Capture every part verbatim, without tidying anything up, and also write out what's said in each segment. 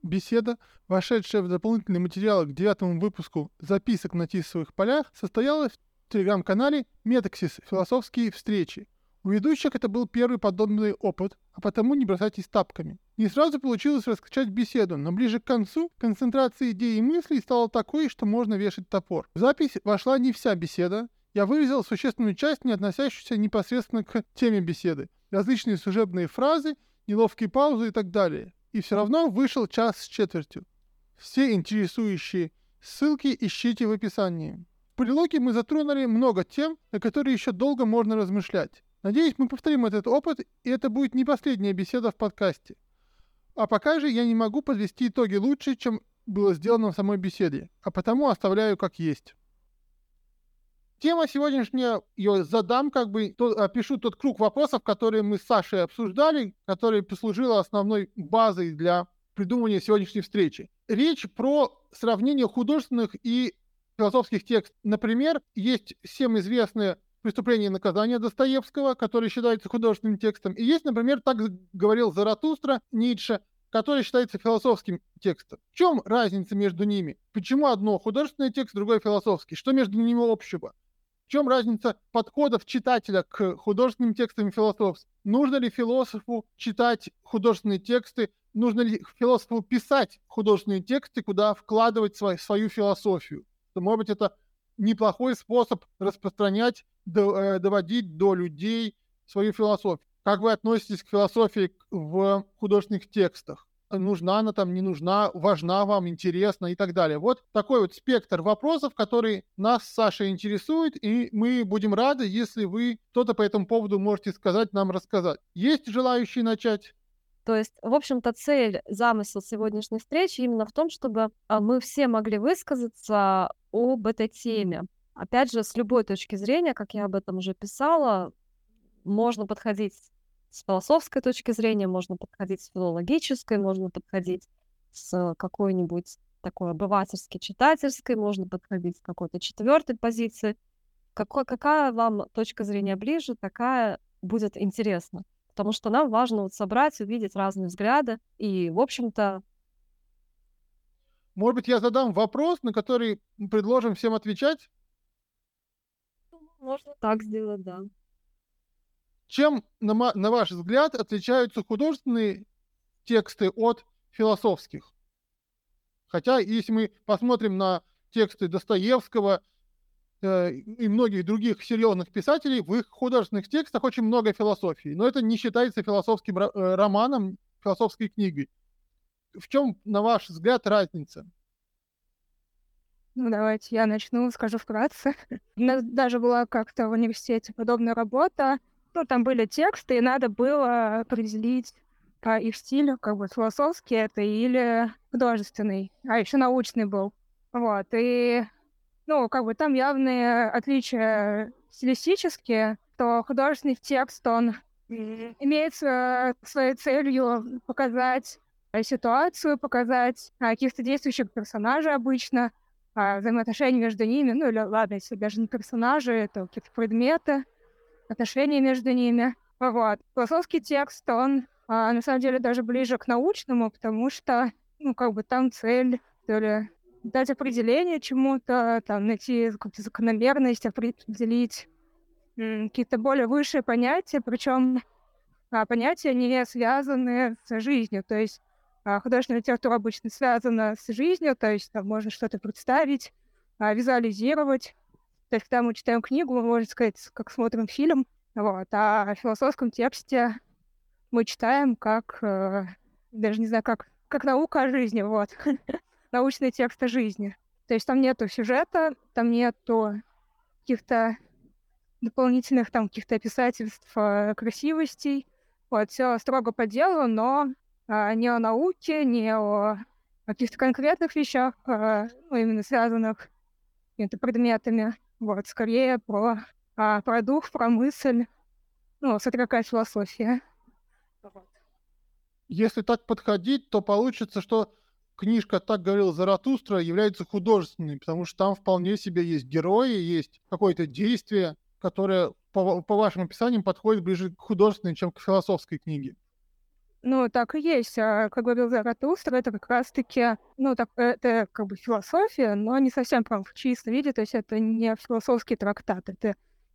беседа, вошедшая в дополнительные материалы к девятому выпуску записок на тестовых полях, состоялась в телеграм-канале Метаксис «Философские встречи». У ведущих это был первый подобный опыт, а потому не бросайтесь тапками. Не сразу получилось раскачать беседу, но ближе к концу концентрация идей и мыслей стала такой, что можно вешать топор. В запись вошла не вся беседа, я вырезал существенную часть, не относящуюся непосредственно к теме беседы, различные служебные фразы, неловкие паузы и так далее. И все равно вышел час с четвертью. Все интересующие ссылки ищите в описании. В прилоге мы затронули много тем, на которые еще долго можно размышлять. Надеюсь, мы повторим этот опыт, и это будет не последняя беседа в подкасте. А пока же я не могу подвести итоги лучше, чем было сделано в самой беседе, а потому оставляю как есть. Тема сегодняшняя, ее задам, как бы, то, опишу тот круг вопросов, которые мы с Сашей обсуждали, который послужила основной базой для придумывания сегодняшней встречи. Речь про сравнение художественных и философских текстов. Например, есть всем известное «Преступление и наказание» Достоевского, который считается художественным текстом. И есть, например, «Так говорил Заратустра» Ницше, который считается философским текстом. В чем разница между ними? Почему одно художественный текст, другой философский? Что между ними общего? В чем разница подходов читателя к художественным текстам и философским? Нужно ли философу читать художественные тексты? Нужно ли философу писать художественные тексты, куда вкладывать свою, свою философию? То, может быть, это неплохой способ распространять, доводить до людей свою философию. Как вы относитесь к философии в художественных текстах? Нужна она там, не нужна, важна вам, интересна и так далее. Вот такой вот спектр вопросов, которые нас с Сашей интересуют, и мы будем рады, если вы что-то по этому поводу можете сказать, нам рассказать. Есть желающие начать? То есть, в общем-то, цель, замысел сегодняшней встречи именно в том, чтобы мы все могли высказаться об этой теме. Опять же, с любой точки зрения, как я об этом уже писала, можно подходить с философской точки зрения, можно подходить с филологической, можно подходить с какой-нибудь такой обывательской, читательской, можно подходить с какой-то четвертой позиции. Какой, какая вам точка зрения ближе, такая будет интересна. Потому что нам важно вот собрать, увидеть разные взгляды. И, в общем-то... Может быть, я задам вопрос, на который предложим всем отвечать? Можно так сделать, да. Чем, на, на ваш взгляд, отличаются художественные тексты от философских? Хотя, если мы посмотрим на тексты Достоевского э, и многих других серьезных писателей, в их художественных текстах очень много философии. Но это не считается философским ро- э, романом, философской книгой. В чем, на ваш взгляд, разница? Ну, давайте я начну, скажу вкратце. У нас даже была как-то в университете подобная работа. Ну, там были тексты, и надо было определить по их стилю, как бы философский это или художественный, а еще научный был. Вот, и, ну, как бы там явные отличия стилистические, то художественный текст, он имеет своей целью показать ситуацию, показать каких-то действующих персонажей обычно, взаимоотношения между ними, ну или ладно, если даже не персонажи, это какие-то предметы, отношения между ними. Вот. Философский текст, он а, на самом деле даже ближе к научному, потому что, ну, как бы там цель, то ли дать определение чему-то, там, найти какую-то закономерность, определить м, какие-то более высшие понятия, причем а, понятия не связаны с жизнью, то есть а, художественная литература обычно связана с жизнью, то есть там можно что-то представить, а, визуализировать. То есть, когда мы читаем книгу, мы можем сказать, как смотрим фильм, вот, а в философском тексте мы читаем как, э, даже не знаю, как, как наука о жизни, вот, научный текст о жизни. То есть там нету сюжета, там нету каких-то дополнительных там каких-то описательств э, красивостей, вот, все строго по делу, но э, не о науке, не о каких-то конкретных вещах, э, ну, именно связанных с какими-то предметами, вот, скорее про, а, про дух, про мысль, ну, смотря какая философия. Если так подходить, то получится, что книжка «Так говорил Заратустра» является художественной, потому что там вполне себе есть герои, есть какое-то действие, которое, по, по вашим описаниям, подходит ближе к художественной, чем к философской книге. Ну, так и есть. А, Как говорил Заратустра, это как раз-таки, ну, так, это как бы философия, но не совсем прям в чистом виде, то есть это не философский трактат, это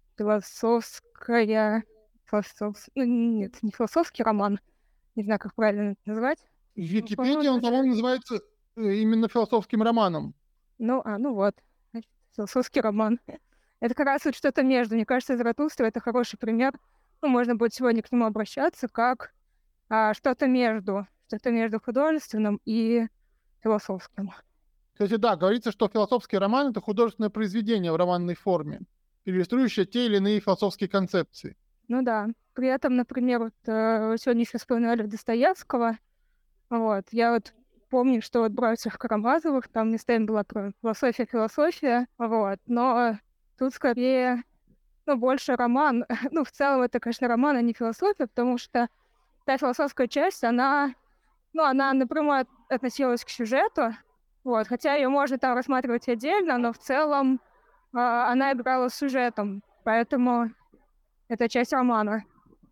философская... философ- ну, нет, не философский роман, не знаю, как правильно это назвать. В Ну, Википедии по-моему, он, по-моему, называется э, именно философским романом. Ну, а, ну вот, значит, философский роман. Это как раз вот что-то между. Мне кажется, Заратустра — это хороший пример. Ну, можно будет сегодня к нему обращаться как а, что-то между, что-то между художественным и философским. Кстати, да, говорится, что философский роман — это художественное произведение в романной форме, иллюстрирующее те или иные философские концепции. Ну да. При этом, например, вот, э, сегодня еще вспоминали Достоевского. Вот. Я вот помню, что вот «Братьях Карамазовых» там местами была про философия, философия. Вот. Но тут скорее, ну, больше роман. Ну, в целом это, конечно, роман, а не философия, потому что та философская часть, она, ну, она напрямую от- относилась к сюжету, вот, хотя ее можно там рассматривать отдельно, но в целом а, она играла с сюжетом, поэтому это часть романа.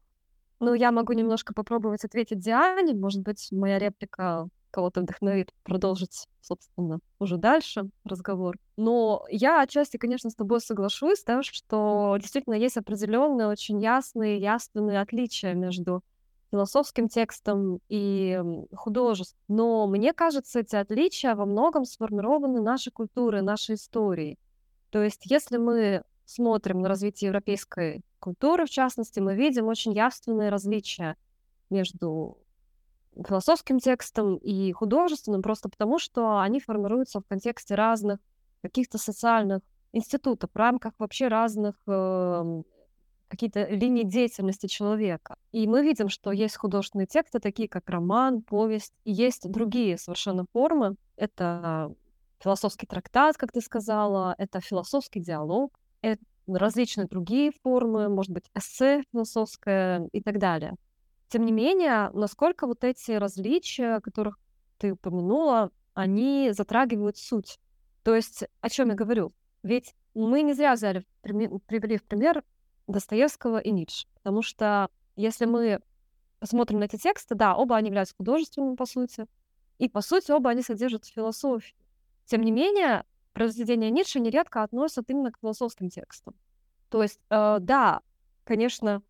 Ну, я могу немножко попробовать ответить Диане. Может быть, моя реплика кого-то вдохновит продолжить, собственно, уже дальше разговор. Но я отчасти, конечно, с тобой соглашусь, да, что действительно есть определенные, очень ясные, явственные отличия между философским текстом и м, художеством. Но мне кажется, эти отличия во многом сформированы нашей культурой, нашей историей. То есть, если мы смотрим на развитие европейской культуры, в частности, мы видим очень явственные различия между философским текстом и художественным, просто потому, что они формируются в контексте разных каких-то социальных институтов, в рамках вообще разных эм, какие-то линии деятельности человека. И мы видим, что есть художественные тексты, такие как роман, повесть, и есть другие совершенно формы. Это философский трактат, как ты сказала, это философский диалог, это различные другие формы, может быть, эссе философское и так далее. Тем не менее, насколько вот эти различия, о которых ты упомянула, они затрагивают суть. То есть, о чем я говорю? Ведь мы не зря взяли, в приме- привели в пример Достоевского и Ницше. Потому что если мы посмотрим на эти тексты, да, оба они являются художественными, по сути, и, по сути, оба они содержат философию. Тем не менее, произведения Ницше нередко относят именно к философским текстам. То есть, э, да, конечно,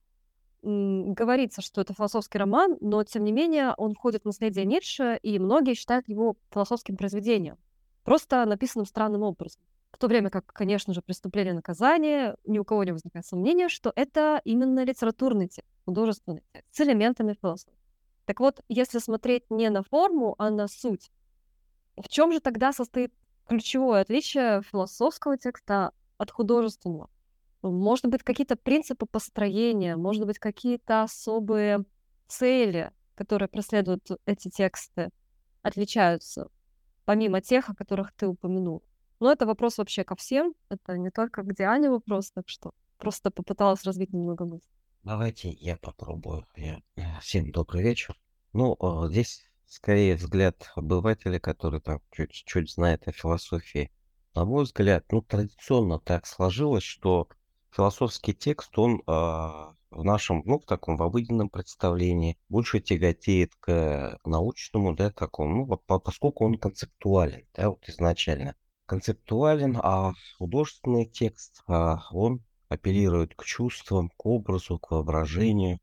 м, говорится, что это философский роман, но, тем не менее, он входит в наследие Ницше, и многие считают его философским произведением, просто написанным странным образом. В то время как, конечно же, «Преступление и наказание», ни у кого не возникает сомнения, что это именно литературный текст, художественный текст с элементами философии. Так вот, если смотреть не на форму, а на суть, в чем же тогда состоит ключевое отличие философского текста от художественного? Может быть, какие-то принципы построения, может быть, какие-то особые цели, которые преследуют эти тексты, отличаются, помимо тех, о которых ты упомянул. Но это вопрос вообще ко всем, это не только к Диане вопрос, так что просто попыталась развить немного мысль. Давайте я попробую. Я... э, Всем добрый вечер. Ну, э, здесь скорее взгляд обывателя, который там чуть-чуть знает о философии. На мой взгляд, ну, традиционно так сложилось, что философский текст, он э, в нашем, ну, в таком в обыденном представлении больше тяготеет к научному, да, такому, ну, по- поскольку он концептуален, да, вот изначально концептуален, а художественный текст, а, он апеллирует к чувствам, к образу, к воображению.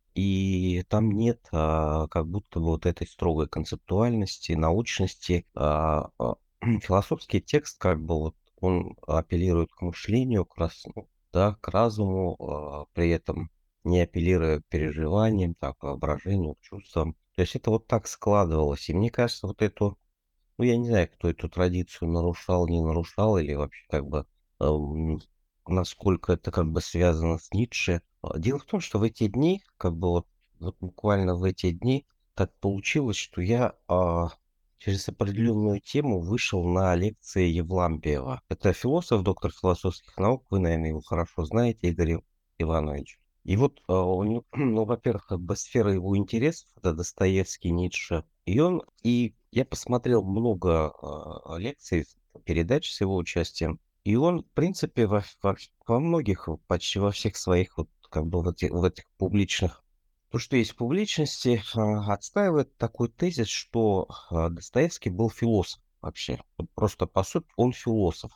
И там нет а, как будто бы вот этой строгой концептуальности, научности. А, а, философский текст как бы вот он апеллирует к мышлению, к, рас, ну, да, к разуму, а, при этом не апеллируя к переживаниям, так, к воображению, к чувствам. То есть это вот так складывалось. И мне кажется, вот эту, ну, я не знаю, кто эту традицию нарушал, не нарушал, или вообще как бы эм, насколько это как бы связано с Ницше. А, Дело в том, что в эти дни, как бы вот, вот буквально в эти дни, так получилось, что я а, через определенную тему вышел на лекции Евлампиева. Это философ, доктор философских наук, вы, наверное, его хорошо знаете, Игорь Иванович. И вот, а, у него, ну, во-первых, как бы сфера его интересов, это Достоевский, Ницше. И он, и я посмотрел много а, лекций, передач с его участием. И он, в принципе, во, во, во многих, почти во всех своих вот как бы в этих, в этих публичных То, что есть в публичности, а, отстаивает такой тезис, что а, Достоевский был философ вообще. Вот просто, по сути, он философ.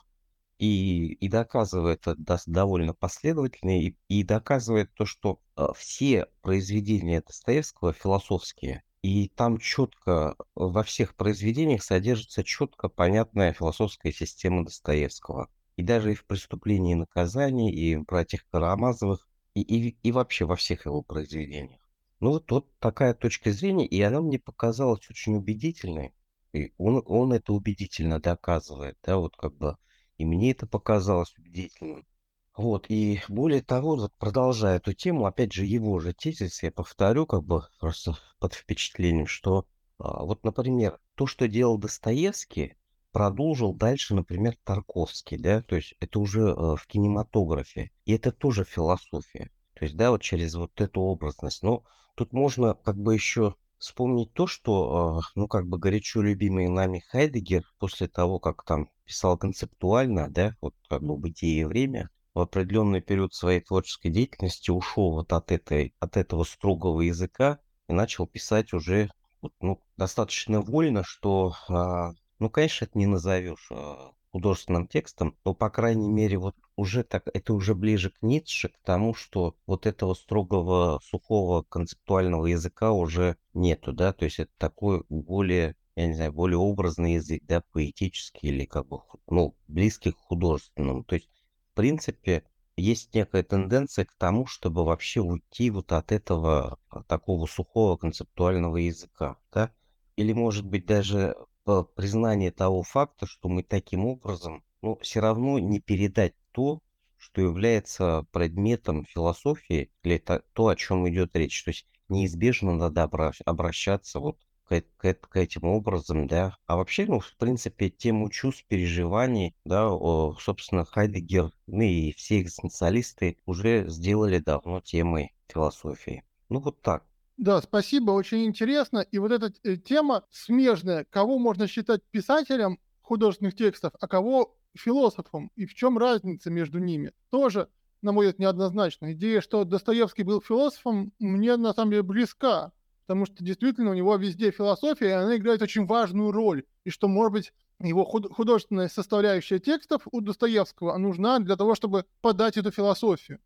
И, и доказывает это дос- довольно последовательно, и, и доказывает то, что а, все произведения Достоевского философские, и там четко, во всех произведениях содержится четко понятная философская система Достоевского. И даже и в «Преступлении и наказании», и в «Братьях Карамазовых», и, и, и вообще во всех его произведениях. Ну вот, вот такая точка зрения, и она мне показалась очень убедительной. И он, он это убедительно доказывает, да, вот как бы и мне это показалось убедительным. Вот, и более того, вот продолжая эту тему, опять же, его же тезис, я повторю, как бы просто под впечатлением, что а, вот, например, то, что делал Достоевский, продолжил дальше, например, Тарковский, да, то есть это уже э, в кинематографе, и это тоже философия, то есть, да, вот через вот эту образность. Но тут можно как бы еще вспомнить то, что, а, ну, как бы горячо любимый нами Хайдеггер после того, как там писал концептуально, да, вот как бы «Бытие и время», в определенный период своей творческой деятельности ушел вот от этой, от этого строгого языка и начал писать уже вот, ну, достаточно вольно, что, а, ну, конечно, это не назовешь а, художественным текстом, но, по крайней мере, вот уже так, это уже ближе к Ницше, к тому, что вот этого строгого, сухого концептуального языка уже нету, да, то есть это такой более, я не знаю, более образный язык, да, поэтический или как бы, ху- ну, близкий к художественному. То есть, в принципе, есть некая тенденция к тому, чтобы вообще уйти вот от этого а, такого сухого концептуального языка, да, или, может быть, даже э, признание того факта, что мы таким образом, ну, все равно не передать то, что является предметом философии, или это то, о чем идет речь. То есть неизбежно надо обра- обращаться вот к, э- к, эт- к этим образом, да. А вообще, ну, в принципе, тему чувств, переживаний, да, о, собственно, Хайдеггер, ну и все экзистенциалисты уже сделали давно темой философии. Ну, вот так. Да, спасибо, очень интересно. И вот эта э, тема смежная, кого можно считать писателем художественных текстов, а кого философом, и в чем разница между ними, тоже, на мой взгляд, неоднозначно. Идея, что Достоевский был философом, мне на самом деле близка, потому что действительно у него везде философия, и она играет очень важную роль, и что, может быть, его худ- художественная составляющая текстов у Достоевского нужна для того, чтобы подать эту философию.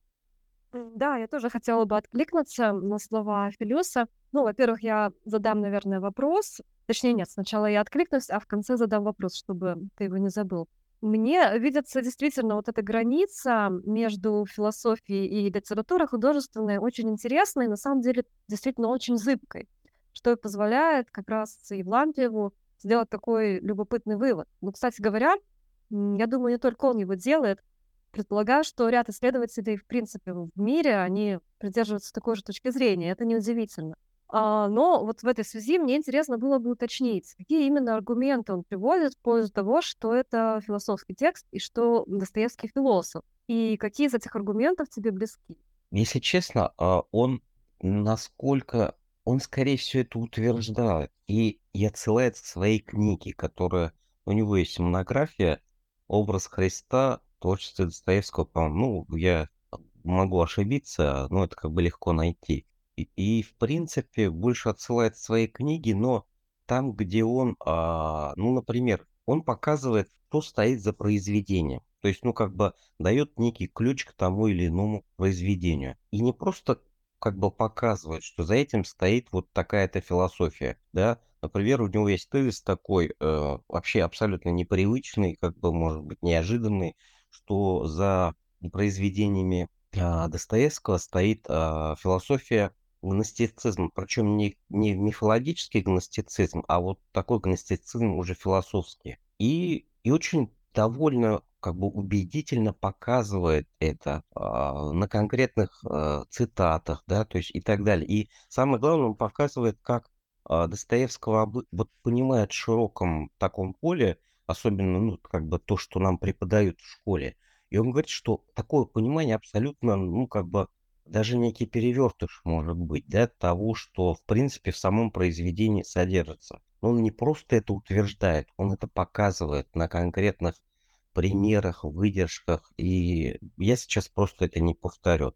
М, Да, я тоже хотела бы откликнуться на слова Филюса. Ну, во-первых, я задам, наверное, вопрос. Точнее, нет, сначала я откликнусь, а в конце задам вопрос, чтобы ты его не забыл. Мне видится действительно вот эта граница между философией и литературой художественной очень интересной, и на самом деле действительно очень зыбкой, что и позволяет как раз Евлампиеву сделать такой любопытный вывод. Ну, кстати говоря, м, я думаю, не только он его делает. Предполагаю, что ряд исследователей, в принципе, в мире, они придерживаются такой же точки зрения. Это неудивительно. А, но вот в этой связи мне интересно было бы уточнить, какие именно аргументы он приводит в пользу того, что это философский текст и что Достоевский философ. И какие из этих аргументов тебе близки? Если честно, а, он насколько... Он скорее всего это утверждает. И и отсылает к своей книге, которая... У него есть монография «Образ Христа. Творчество Достоевского». По-моему, ну, я могу ошибиться, но это как бы легко найти. И, и, в принципе, больше отсылает к своей книге, но там, где он, а, ну, например, он показывает, кто стоит за произведением. То есть, ну, как бы дает некий ключ к тому или иному произведению. И не просто как бы показывает, что за этим стоит вот такая-то философия, да. Например, у него есть тезис такой, э, вообще абсолютно непривычный, как бы, может быть, неожиданный, что за произведениями а, Достоевского стоит а, философия гностицизма, причем не, не мифологический гностицизм, а вот такой гностицизм уже философский. И, и очень довольно как бы убедительно показывает это а, на конкретных а, цитатах, да, то есть и так далее. И самое главное, он показывает, как а, Достоевского обы- вот понимает в широком таком поле, особенно, ну, как бы то, что нам преподают в школе. И он говорит, что такое понимание абсолютно, ну, как бы даже некий перевертыш может быть, да, того, что, в принципе, в самом произведении содержится. Но он не просто это утверждает, он это показывает на конкретных примерах, выдержках, и я сейчас просто это не повторю.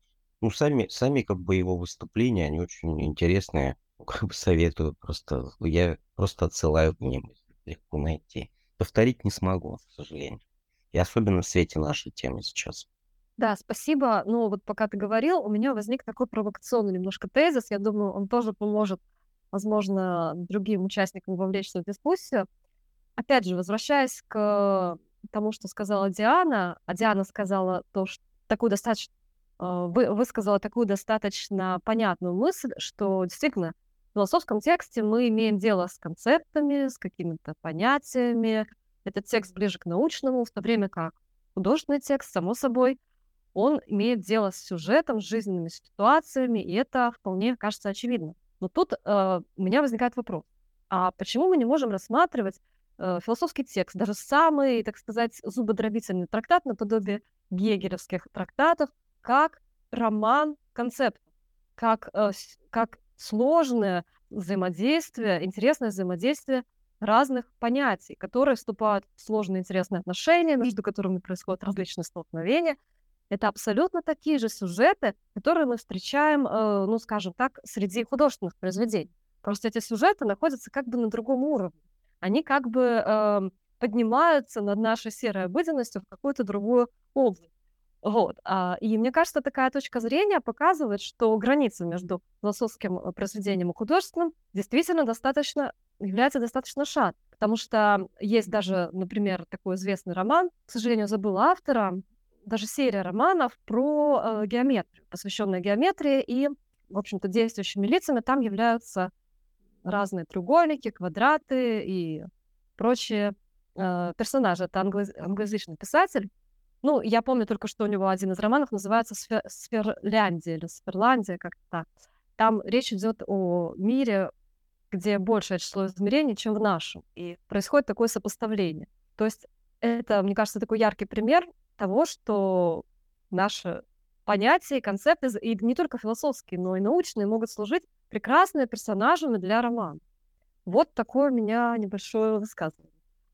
Ну, сами, сами как бы его выступления, они очень интересные. Ну, как бы советую просто. Я просто отсылаю к ним. Легко найти. Повторить не смогу, к сожалению. И особенно в свете нашей темы сейчас. Да, спасибо. Ну, вот пока ты говорил, у меня возник такой провокационный немножко тезис. Я думаю, он тоже поможет, возможно, другим участникам вовлечься в дискуссию. Опять же, возвращаясь к тому, что сказала Диана, а Диана сказала то, что такую достаточно, э, вы, высказала такую достаточно понятную мысль, что действительно в философском тексте мы имеем дело с концептами, с какими-то понятиями. Этот текст ближе к научному, в то время как художественный текст, само собой, он имеет дело с сюжетом, с жизненными ситуациями, и это вполне кажется очевидно. Но тут э, у меня возникает вопрос. А почему мы не можем рассматривать э, философский текст, даже самый, так сказать, зубодробительный трактат наподобие гегелевских трактатов, как роман концептов, как, э, с- как сложное взаимодействие, интересное взаимодействие разных понятий, которые вступают в сложные интересные отношения, между которыми происходят различные столкновения. Это абсолютно такие же сюжеты, которые мы встречаем, э, ну, скажем так, среди художественных произведений. Просто эти сюжеты находятся как бы на другом уровне. Они как бы эм, поднимаются над нашей серой обыденностью в какую-то другую область. Вот. а, И мне кажется, такая точка зрения показывает, что граница между философским э, произведением и художественным действительно достаточно является достаточно шат. Потому что есть даже, например, такой известный роман, к сожалению, забыла автора, даже серия романов про э, геометрию, посвященная геометрии, и, в общем-то, действующими лицами там являются разные треугольники, квадраты и прочие э, персонажи. Это англо- англоязычный писатель. Ну, я помню только, что у него один из романов называется «Сфе- «Сферляндия» или «Сферландия», как-то так. Там речь идет о мире, где большее число измерений, чем в нашем. И происходит такое сопоставление. То есть это, мне кажется, такой яркий пример того, что наши понятия и концепты, з- и не только философские, но и научные, могут служить прекрасными персонажами для романа. Вот такое у меня небольшое высказывание.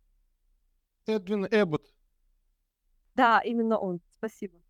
Эдвин Эббот. Да, именно он. Спасибо.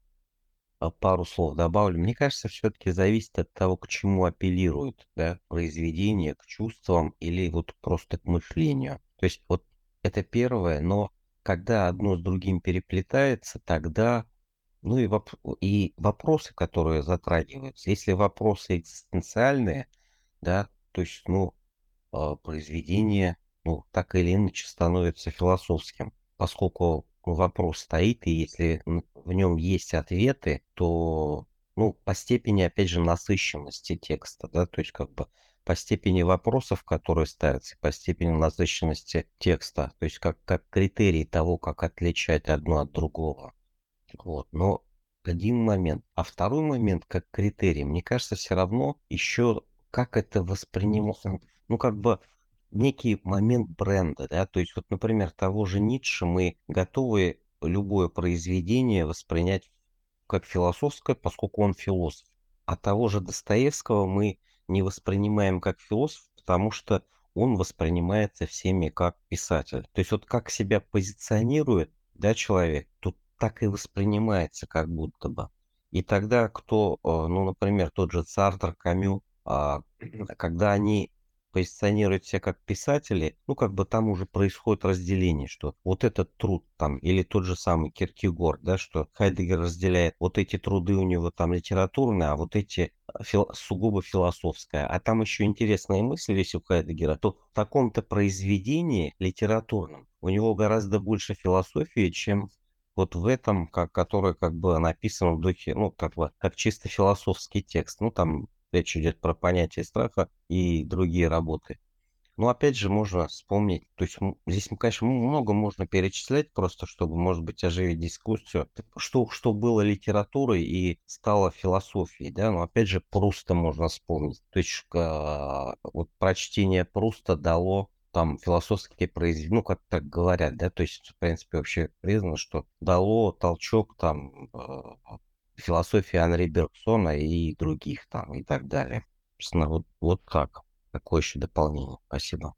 А, Пару слов добавлю. Мне кажется, все-таки зависит от того, к чему апеллирует, да, произведение, к чувствам или вот просто к мышлению. То есть вот это первое, но когда одно с другим переплетается, тогда, ну и, воп- и вопросы, которые затрагиваются, если вопросы экзистенциальные, да, то есть, ну, а, произведение, ну, так или иначе становится философским, поскольку ну, вопрос стоит, и если м, в нем есть ответы, то, ну, по степени, опять же, насыщенности текста, да, то есть как бы по степени вопросов, которые ставятся, по степени насыщенности текста, то есть как, как критерий того, как отличать одно от другого. Вот, но один момент. А второй момент, как критерий, мне кажется, все равно еще как это воспринимается, ну, как бы некий момент бренда, да, то есть вот, например, того же Ницше мы готовы любое произведение воспринять как философское, поскольку он философ. А того же Достоевского мы не воспринимаем как философ, потому что он воспринимается всеми как писатель. То есть вот как себя позиционирует, да, человек, тут так и воспринимается как будто бы. И тогда кто, э, ну, например, тот же Сартр, Камю, а, когда они позиционируют себя как писатели, ну, как бы там уже происходит разделение, что вот этот труд там, или тот же самый Киркегор, да, что Хайдеггер разделяет, вот эти труды у него там литературные, а вот эти а, фил- сугубо философская. А там еще интересная мысль есть у Хайдеггера, то в таком-то произведении литературном у него гораздо больше философии, чем вот в этом, как, которое как бы написано в духе, ну, как бы, как чисто философский текст. Ну, там речь идет про понятие страха и другие работы. Но опять же можно вспомнить, то есть м, здесь, м, конечно, м- много можно перечислять просто, чтобы, может быть, оживить дискуссию, что, что было литературой и стало философией, да, но опять же Пруста можно вспомнить. То есть а, вот прочтение Пруста дало там философские произведения, ну, как так говорят, да, то есть, в принципе, вообще признано, что дало толчок там а, философии Анри Бергсона и других там и так далее. Собственно, вот, вот так. Какое еще дополнение? Спасибо.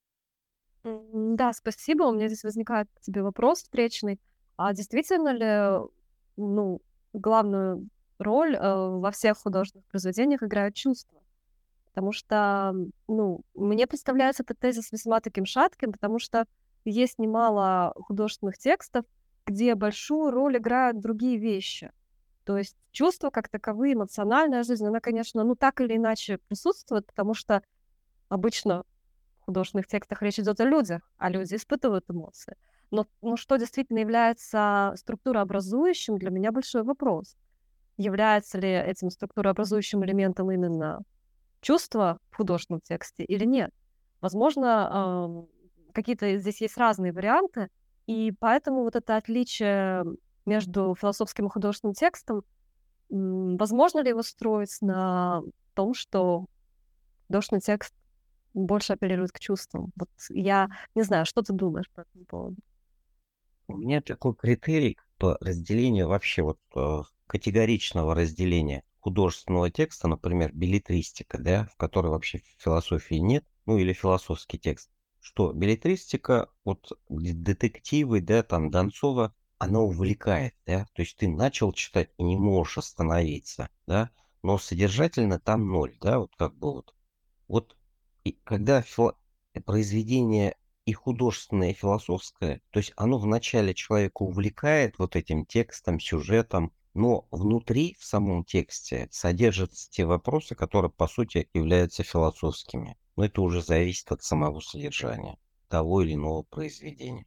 М, Да, спасибо. У меня здесь возникает к тебе вопрос встречный. А действительно ли, ну, главную роль э, во всех художественных произведениях играют чувства. Потому что, ну, мне представляется этот тезис весьма таким шатким, потому что есть немало художественных текстов, где большую роль играют другие вещи. То есть чувства как таковые, эмоциональная жизнь, она, конечно, ну так или иначе присутствует, потому что обычно в художественных текстах речь идет о людях, а люди испытывают эмоции. Но, но что действительно является структурообразующим, для меня большой вопрос. Является ли этим структурообразующим элементом именно чувство в художественном тексте или нет? Возможно, э, какие-то здесь есть разные варианты, и поэтому вот это отличие между философским и художественным текстом, м, возможно ли его строить на том, что художественный текст больше апеллирует к чувствам? Вот я не знаю, что ты думаешь по этому поводу? У меня такой критерий по разделению вообще вот э, категоричного разделения художественного текста, например, беллетристика, да, в которой вообще философии нет, ну или философский текст. Что беллетристика, вот д- детективы, да, там Донцова, она увлекает, да, то есть ты начал читать и не можешь остановиться, да, но содержательно там ноль, да, вот как бы вот. Вот и когда фило- произведение и художественное, и философское, то есть оно вначале человека увлекает вот этим текстом, сюжетом, но внутри, в самом тексте, содержатся те вопросы, которые, по сути, являются философскими. Но это уже зависит от самого содержания того или иного произведения.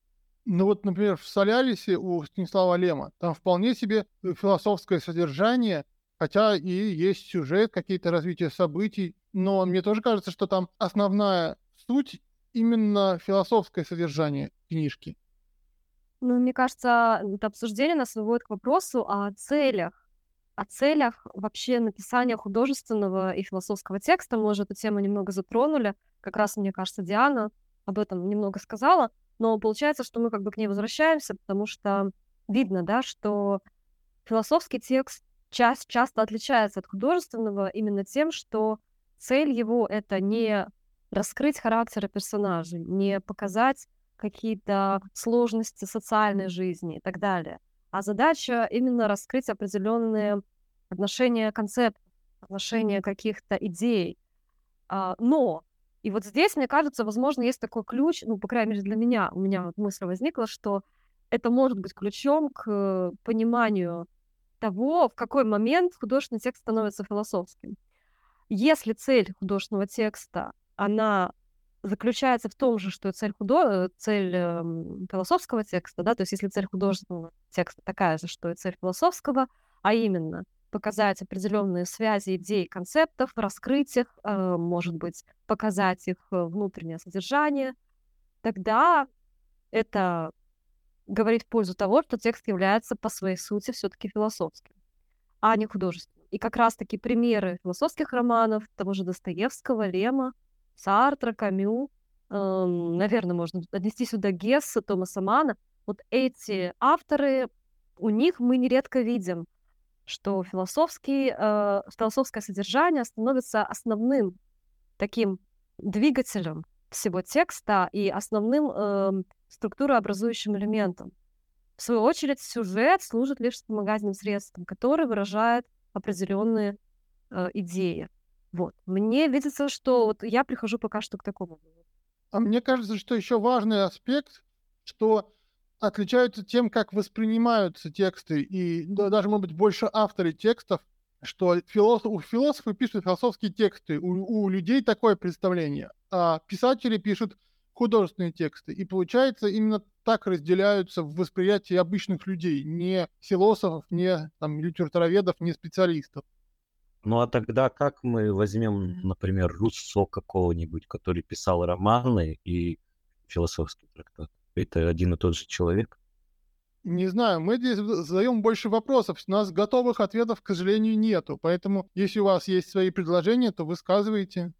Ну вот, например, в «Солярисе» у Станислава Лема там вполне себе э, философское содержание, хотя и есть сюжет, какие-то развития событий, но мне тоже кажется, что там основная суть именно философское содержание книжки. Ну, мне кажется, это обсуждение нас выводит к вопросу о целях. О целях вообще написания художественного и философского текста. Мы уже эту тему немного затронули. Как раз, мне кажется, Диана об этом немного сказала. Но получается, что мы как бы к ней возвращаемся, потому что видно, да, что философский текст часто, часто отличается от художественного именно тем, что цель его — это не раскрыть характеры персонажей, не показать какие-то сложности социальной жизни и так далее. А задача именно раскрыть определенные отношения концептов, отношения каких-то идей. А, но, и вот здесь, мне кажется, возможно, есть такой ключ, ну, по крайней мере, для меня, у меня вот мысль возникла, что это может быть ключом к пониманию того, в какой момент художественный текст становится философским. Если цель художественного текста, она заключается в том же, что и цель, худо... цель эм, философского текста, да, то есть если цель художественного текста такая же, что и цель философского, а именно показать определенные связи идей, концептов, раскрыть их, э, может быть, показать их э, внутреннее содержание, тогда это говорит в пользу того, что текст является по своей сути все-таки философским, а не художественным. И как раз-таки примеры философских романов того же Достоевского, Лема, Сартра, Камю, эм, наверное, можно отнести сюда Гесса, Томаса Манна. Вот эти авторы, у них мы нередко видим, что философский, э, философское содержание становится основным таким двигателем всего текста и основным эм, структурообразующим элементом. В свою очередь, сюжет служит лишь вспомогательным средством, который выражает определенные э, идеи. Вот. Мне видится, что вот я прихожу пока что к такому выводу. А мне кажется, что еще важный аспект, что отличаются тем, как воспринимаются тексты, и да, даже, может быть, больше авторы текстов, что философ, философы пишут философские тексты, у, у людей такое представление, а писатели пишут художественные тексты. И получается, именно так разделяются в восприятии обычных людей, не философов, не там, литературоведов, не специалистов. Ну а тогда как мы возьмем, например, Руссо какого-нибудь, который писал романы и философский трактат? Это один и тот же человек? Не знаю, мы здесь задаем больше вопросов. У нас готовых ответов, к сожалению, нету. Поэтому, если у вас есть свои предложения, то высказывайте.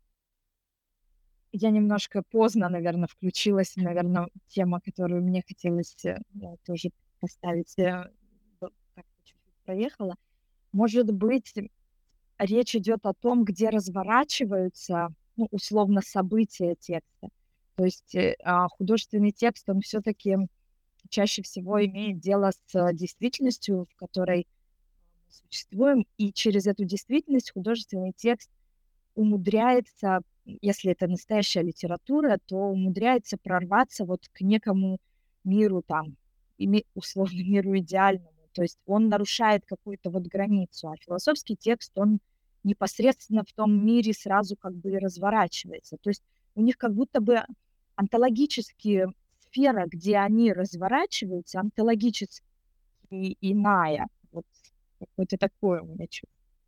Я немножко поздно, наверное, включилась, наверное, тема, которую мне хотелось э, э, тоже поставить, э, вот как чуть-чуть проехала. Может быть, речь идет о том, где разворачиваются, ну, условно, события текста. То есть э, а, художественный текст, он все-таки чаще всего имеет дело с э, действительностью, в которой существуем, и через эту действительность художественный текст умудряется, если это настоящая литература, то умудряется прорваться вот к некому миру там, име- условно миру идеальному. То есть он нарушает какую-то вот границу, а философский текст, он непосредственно в том мире сразу как бы и разворачивается. То есть у них как будто бы онтологически сфера, где они разворачиваются, онтологически иная. Вот какое-то такое у меня чувство.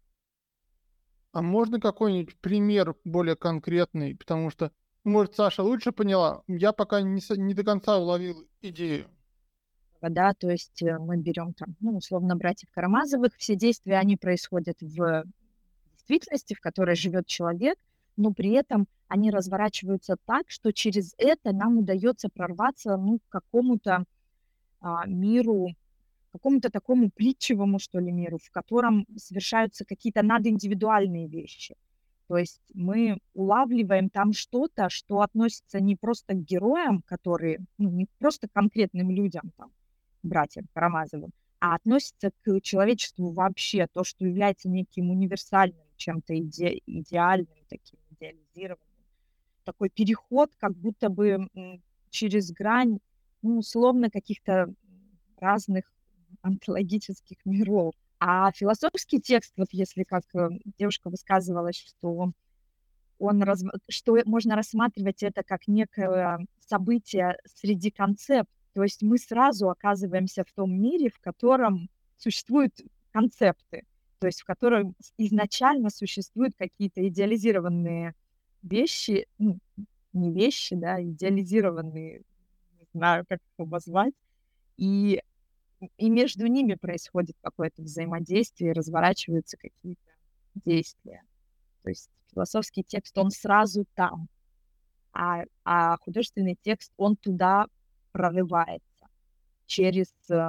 А можно какой-нибудь пример более конкретный? Потому что, может, Саша лучше поняла. Я пока не, с- не до конца уловил идею. Да, то есть э, мы берем там, ну, условно, братьев Карамазовых, все действия, они происходят в действительности, в которой живет человек, но при этом они разворачиваются так, что через это нам удается прорваться, ну, к какому-то а, миру, какому-то такому притчевому, что ли, миру, в котором совершаются какие-то надиндивидуальные вещи. То есть мы улавливаем там что-то, что относится не просто к героям, которые, ну, не просто к конкретным людям, там, братьям Карамазовым, а относится к человечеству вообще, то, что является неким универсальным, чем-то иде- идеальным, таким идеализированным. Такой переход, как будто бы м, через грань, ну, условно, каких-то разных онтологических миров. А философский текст, вот если как э, девушка высказывалась, что он раз, что можно рассматривать это как некое событие среди концептов. То есть мы сразу оказываемся в том мире, в котором существуют концепты, то есть в котором изначально существуют какие-то идеализированные вещи, ну, не вещи, да, идеализированные, не знаю, как их обозвать, и, и между ними происходит какое-то взаимодействие, разворачиваются какие-то действия. То есть философский текст, он сразу там, а, а художественный текст, он туда прорывается через, э,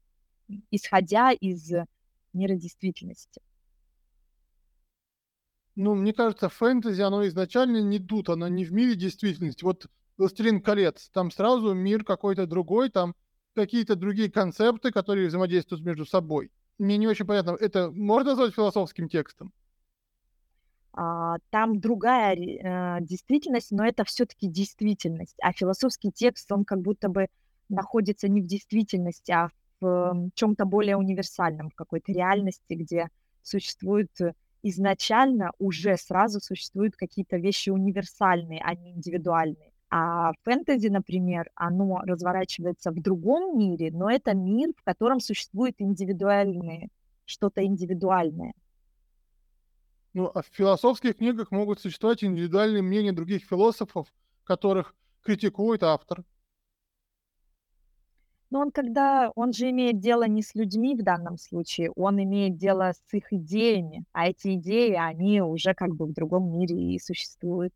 исходя из мира действительности. Ну, мне кажется, фэнтези, оно изначально не тут, оно не в мире действительности. Вот «Властелин колец», там сразу мир какой-то другой, там какие-то другие концепты, которые взаимодействуют между собой. Мне не очень понятно, это можно назвать философским текстом? А, там другая ре- э, действительность, но это все-таки действительность. А философский текст, он как будто бы находится не в действительности, а в чем-то более универсальном, в какой-то реальности, где существует э, изначально уже сразу существуют какие-то вещи универсальные, а не индивидуальные. А фэнтези, например, оно разворачивается в другом мире, но это мир, в котором существует индивидуальное, что-то индивидуальное. Ну, а в философских книгах могут существовать индивидуальные мнения других философов, которых критикует автор. Но он когда, он же имеет дело не с людьми в данном случае, он имеет дело с их идеями, а эти идеи, они уже как бы в другом мире и существуют.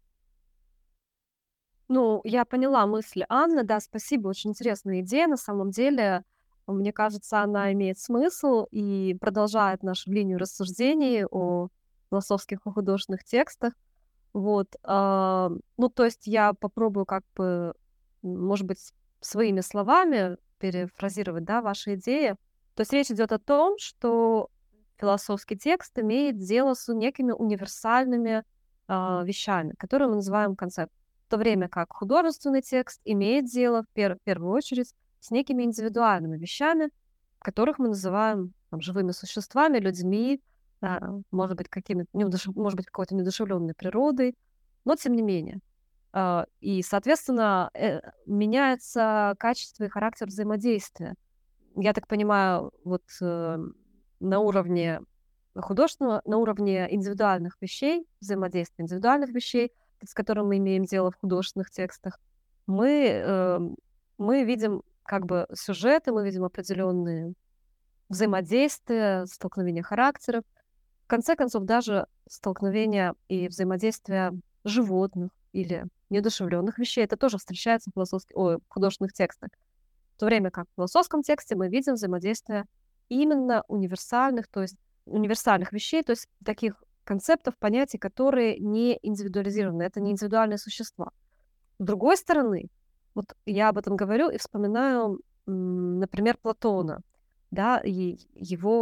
Ну, я поняла мысль Анны, да, спасибо, очень интересная идея на самом деле. Мне кажется, она имеет смысл и продолжает нашу линию рассуждений о философских и художественных текстах. Вот, а, ну, то есть я попробую как бы, м, может быть, своими словами перефразировать, да, ваши идеи. То есть речь идет о том, что философский текст имеет дело с некими универсальными а, вещами, которые мы называем концептом. В то время как художественный текст имеет дело в, пер- в первую очередь с некими индивидуальными вещами, которых мы называем там, живыми существами, людьми, а, может быть, какими неудушев... может быть, какой-то неодушевленной природой, но тем не менее. А, И, соответственно, э, меняется качество и характер взаимодействия. Я так понимаю, вот э, на уровне художественного, на уровне индивидуальных вещей, взаимодействия индивидуальных вещей, с которыми мы имеем дело в художественных текстах, мы, э, мы видим как бы сюжеты, мы видим определенные взаимодействия, столкновения характеров, в конце концов, даже столкновения и взаимодействия животных или неодушевленных вещей, это тоже встречается в, философских, ой, в художественных текстах. В то время как в философском тексте мы видим взаимодействие именно универсальных, то есть универсальных вещей, то есть таких концептов, понятий, которые не индивидуализированы, это не индивидуальные существа. С другой стороны, вот я об этом говорю и вспоминаю, м, например, Платона, да, и его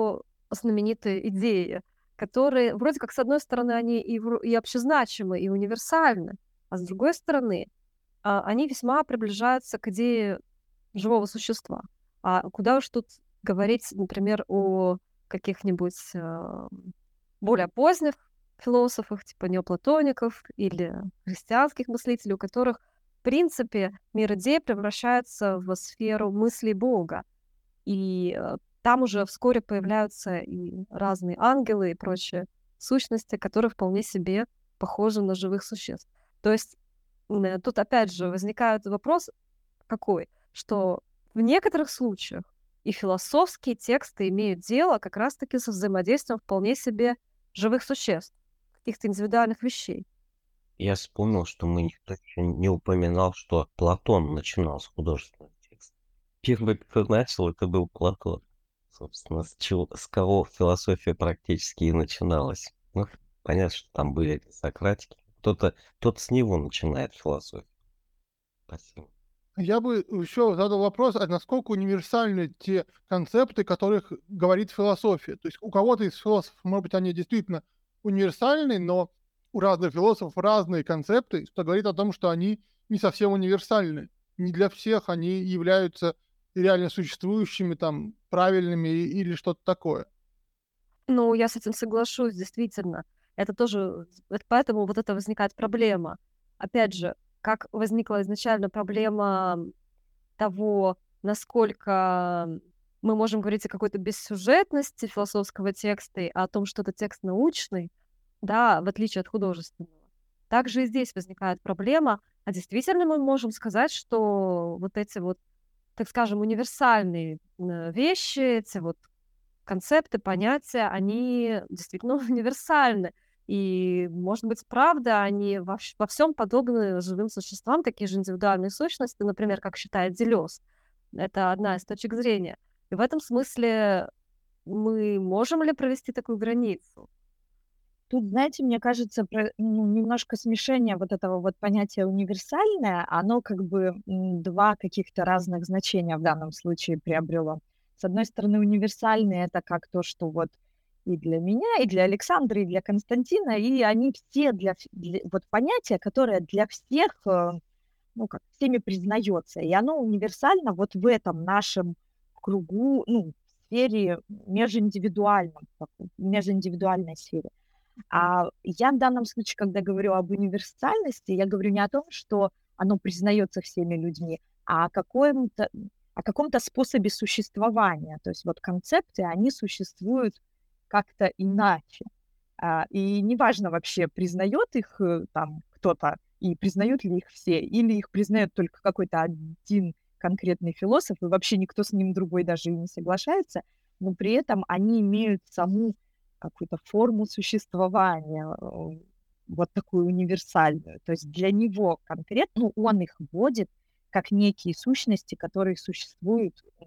знаменитые идеи, которые вроде как, с одной стороны, они и, вро- и общезначимы, и универсальны, а с другой стороны, а, они весьма приближаются к идее живого существа. А куда уж тут говорить, например, о каких-нибудь а, более поздних философах, типа неоплатоников или христианских мыслителей, у которых, в принципе, мир идей превращается в сферу мыслей Бога. И э, там уже вскоре появляются и разные ангелы и прочие сущности, которые вполне себе похожи на живых существ. То есть м, тут опять же возникает вопрос какой, что в некоторых случаях и философские тексты имеют дело как раз-таки со взаимодействием вполне себе живых существ, каких-то индивидуальных вещей. Я вспомнил, что мы никто еще не упоминал, что Платон начинал с художественного текста. Первый, кто начал, это был Платон. Собственно, с, чего, с кого философия практически и начиналась. Ну, понятно, что там были эти сократики. Кто-то, кто-то с него начинает философию. Спасибо. Я бы еще задал вопрос, а насколько универсальны те концепты, которых говорит философия? То есть у кого-то из философов, может быть, они действительно универсальны, но у разных философов разные концепты, что говорит о том, что они не совсем универсальны. Не для всех они являются реально существующими, там, правильными и- или что-то такое. Ну, я с этим соглашусь, действительно. Это тоже, это поэтому вот это возникает проблема. Опять же, как возникла изначально проблема того, насколько мы можем говорить о какой-то бессюжетности философского текста, и о том, что это текст научный, да, в отличие от художественного. Также и здесь возникает проблема, а действительно мы можем сказать, что вот эти вот, так скажем, универсальные э, вещи, эти вот концепты, понятия, они действительно универсальны. И, может быть, правда, они во, вс- во всем подобны живым существам, такие же индивидуальные сущности, например, как считает Делез. Это одна из точек зрения. И в этом смысле мы можем ли провести такую границу? Тут, знаете, мне кажется, про- ну, немножко смешение вот этого вот понятия универсальное, оно как бы м, два каких-то разных значения в данном случае приобрело. С одной стороны, универсальное это как то, что вот и для меня, и для Александра, и для Константина, и они все для, вс- для- вот понятие, которое для всех, э, ну как, всеми признается, и оно универсально вот в этом нашем кругу, ну, в сфере межиндивидуальном, такой, межиндивидуальной сфере. А я в данном случае, когда говорю об универсальности, я говорю не о том, что оно признается всеми людьми, а о каком-то, о каком-то способе существования. То есть вот концепты, они существуют как-то иначе. А, И неважно вообще, признает их э, там кто-то, и признают ли их все, или их признает только какой-то один конкретный философ, и вообще никто с ним другой даже и не соглашается, но при этом они имеют саму какую-то форму существования, э, вот такую универсальную. То есть для него конкретно, ну, он их вводит как некие сущности, которые существуют в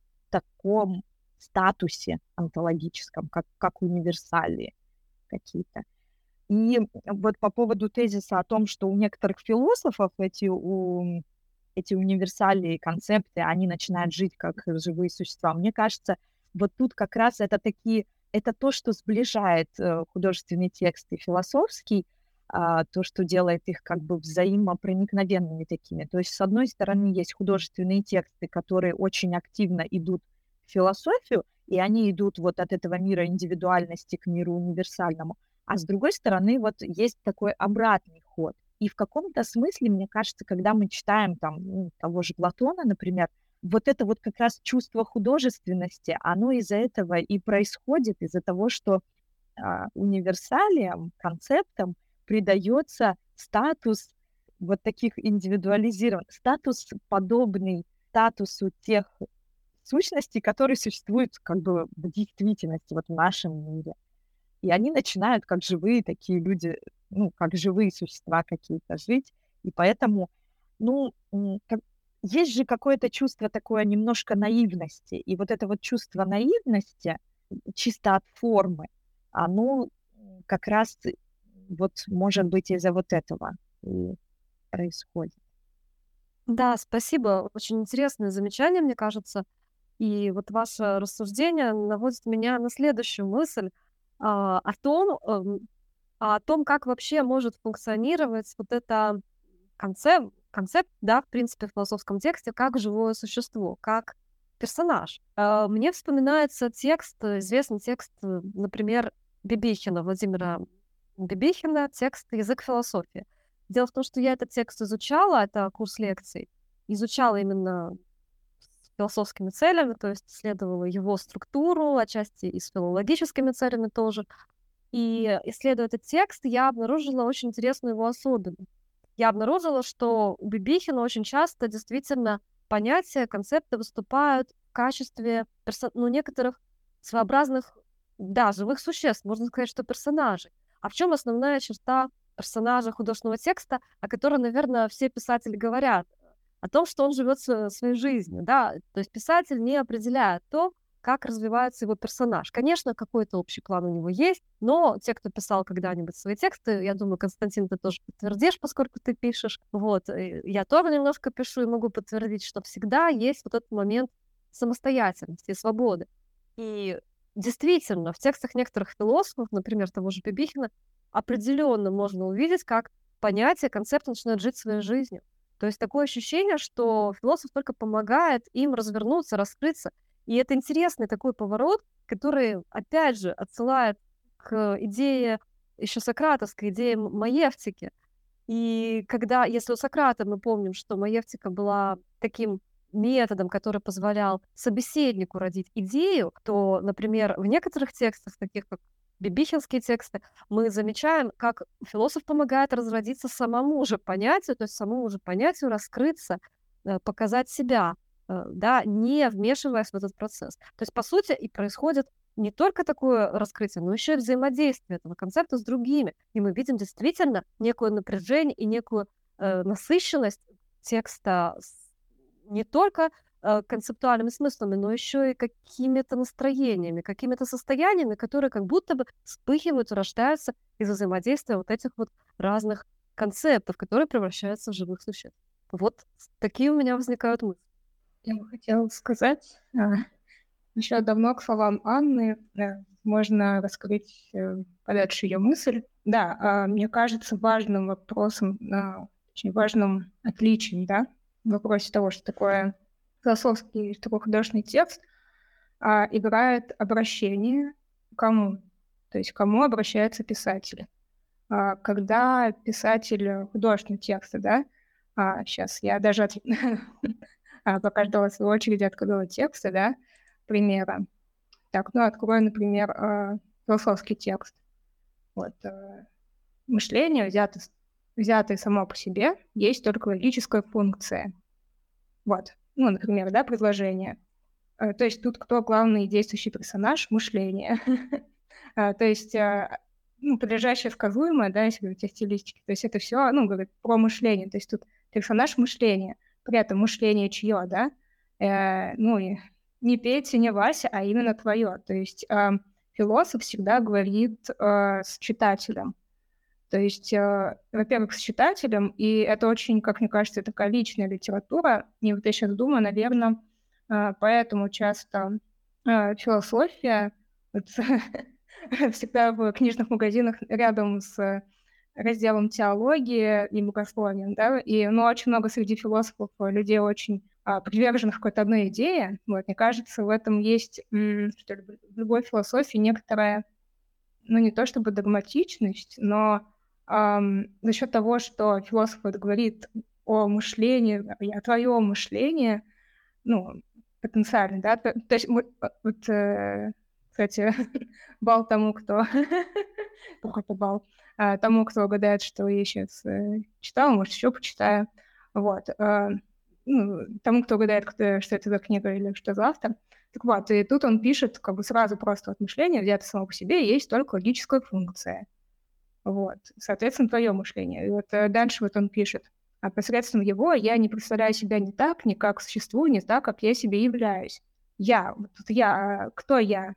таком статусе онтологическом, как, как универсалии какие-то. И вот по поводу тезиса о том, что у некоторых философов эти, у, эти универсальные концепты, они начинают жить как живые существа, мне кажется, вот тут как раз это такие, это то, что сближает э, художественный текст и философский, а, то, что делает их как бы взаимопроникновенными такими. То есть, с одной стороны, есть художественные тексты, которые очень активно идут в философию, и они идут вот от этого мира индивидуальности к миру универсальному. А с другой стороны, вот есть такой обратный ход. И в каком-то смысле, мне кажется, когда мы читаем там ну, того же Платона, например, вот это вот как раз чувство художественности, оно из-за этого и происходит, из-за того, что а, универсалиям, концептам придается статус вот таких индивидуализированных, статус подобный статусу тех сущностей, которые существуют как бы в действительности, вот в нашем мире. И они начинают как живые такие люди, ну, как живые существа какие-то жить. И поэтому, ну, м, как- есть же какое-то чувство такое немножко наивности. И вот это вот чувство наивности, чисто от формы, оно м, как раз и вот может быть из-за вот этого и происходит. Да, спасибо. Очень интересное замечание, мне кажется. И вот ваше рассуждение наводит меня на следующую мысль а, о том, эм, о том, как вообще может функционировать вот это концепт, концепт, да, в принципе, в философском тексте, как живое существо, как персонаж. А, Мне вспоминается текст, э, известный текст, э, например, Бибихина, Владимира Бибихина, текст «Язык философии». Дело в том, что я этот текст изучала, это курс лекций, изучала именно с философскими целями, то есть исследовала его структуру, отчасти и с филологическими целями тоже. И исследуя этот текст, я обнаружила очень интересную его особенность. Я обнаружила, что у Бибихина очень часто действительно понятия, концепты выступают в качестве перso- ну, некоторых своеобразных, да, живых существ, можно сказать, что персонажей. А в чем основная черта персонажа художественного текста, о которой, наверное, все писатели говорят? О том, что он живет своей жизнью, да, то есть писатель не определяет то, как развивается его персонаж. Конечно, какой-то общий план у него есть, но те, кто писал когда-нибудь свои тексты, я думаю, Константин, ты тоже подтвердишь, поскольку ты пишешь. Вот, и я тоже немножко пишу и могу подтвердить, что всегда есть вот этот момент самостоятельности и свободы. И действительно, в текстах некоторых философов, например, того же Бибихина, определенно можно увидеть, как понятие, концепт начинают жить своей жизнью. То есть такое ощущение, что философ только помогает им развернуться, раскрыться. И это интересный такой поворот, который, опять же, отсылает к идее еще сократовской, идее м- маевтики. И когда, если у Сократа мы помним, что маевтика была таким методом, который позволял собеседнику родить идею, то, например, в некоторых текстах, таких как бибихинские тексты, мы замечаем, как философ помогает разродиться самому же понятию, то есть самому же понятию раскрыться, э, показать себя, э, да, не вмешиваясь в этот процесс. То есть, по сути, и происходит не только такое раскрытие, но еще и взаимодействие этого концепта с другими. И мы видим действительно некое напряжение и некую э, насыщенность текста с- не только э, концептуальными смыслами, но еще и какими-то настроениями, какими-то состояниями, которые как будто бы вспыхивают и рождаются из взаимодействия вот этих вот разных концептов, которые превращаются в живых существ. Вот такие у меня возникают мысли. Я бы хотела сказать, а, еще давно к словам Анны э, можно раскрыть э, подальше ее мысль. Да, а, мне кажется, важным вопросом, а, очень важным отличием, да, в вопросе того, что такое философский, что такое художественный текст, а, играет обращение к кому? То есть к кому обращается писатель. А, Когда писатель художественного текста, да, сейчас я даже от- а, пока ждала своей очереди, открыла тексты, да, примера. Так, ну, открою, например, а, философский текст. Вот, а, мышление, взято, с- взятое само по себе, есть только логическая функция. Вот, ну, например, да, предложение. А, То есть тут кто главный действующий персонаж? Мышление. А, То есть, а, ну, подлежащее сказуемое, да, если говорить о стилистике, то есть это все, ну, говорит про мышление. То есть тут персонаж мышления, при этом мышление чье, да? Э, Ну, и не Петя, не Вася, а именно твое. То есть а, философ всегда говорит а, с читателем. То есть, э, во-первых, с читателем, и это очень, как мне кажется, такая личная литература. И вот я сейчас думаю, наверное, поэтому часто э, философия вот, всегда в книжных магазинах рядом с разделом теологии и богословием, да, и, ну, очень много среди философов э, людей очень а, приверженных какой-то одной идее. Вот, мне кажется, в этом есть, м, что ли, в любой философии некоторая, ну, не то чтобы догматичность, но ам, за счет того, что философ вот говорит о мышлении, о твоем мышлении, ну, потенциально, да, то, то есть, мы- а, вот, э, кстати, бал тому, кто, какой-то бал, а, тому, кто угадает, что я сейчас э, читала, может, еще почитаю, вот, а, ну, тому, кто угадает, кто, что это за книга или что за автор. Так вот, и тут он пишет как бы сразу просто от мышления, взято само по себе, есть только логическая функция. Вот, соответственно, твое мышление. И вот э, дальше вот он пишет, а посредством его я не представляю себя не так, не как существую, не так, как я себе являюсь. Я, вот тут я, а, кто я?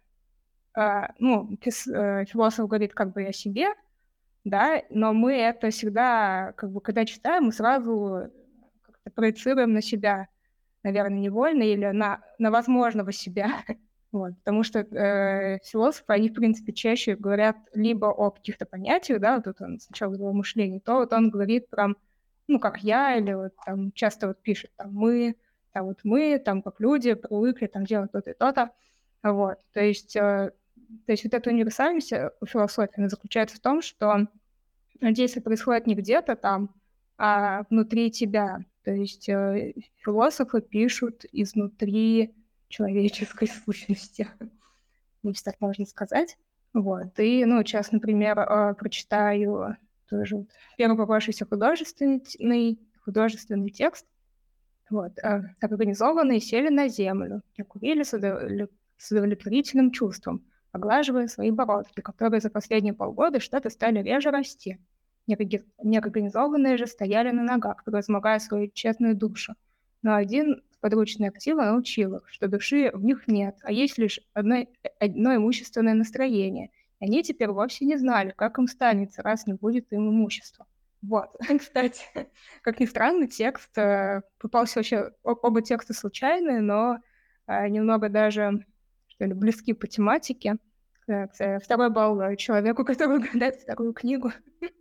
А, ну, пис- э, философ говорит как бы о себе, да, но мы это всегда, как бы, когда читаем, мы сразу как-то проецируем на себя. наверное, невольно или на, на возможного себя. Вот, потому что э, философы, они, в принципе, чаще говорят либо о каких-то понятиях, да, вот тут он сначала говорил о мышлении, то вот он говорит прям, ну, как я, или вот там часто вот пишет там мы, там вот мы, там как люди привыкли там делать то-то и то-то. Вот, то есть, э, то есть вот эта универсальность э, у философии, она заключается в том, что действие происходит не где-то там, а внутри тебя. То есть э, философы пишут изнутри человеческой сущности, если так можно сказать. Вот. И, ну, сейчас, например, э, прочитаю тоже вот первый попавшийся художественный, художественный текст. Вот. э, Так организованные сели на землю и курили с удов- с удовлетворительным чувством, поглаживая свои бородки, которые за последние полгода что-то стали реже расти. Неорги- Неорганизованные же стояли на ногах, превозмогая свою честную душу. Но один подручный актива научил их, что души в них нет, а есть лишь одно, одно имущественное настроение. И они теперь вовсе не знали, как им станется, раз не будет им имущества. Вот, кстати, как ни странно, текст э, попался вообще, о- оба текста случайные, но э, немного даже, что ли, близки по тематике. Э, э, Второй балл э, человеку, который угадает вторую книгу.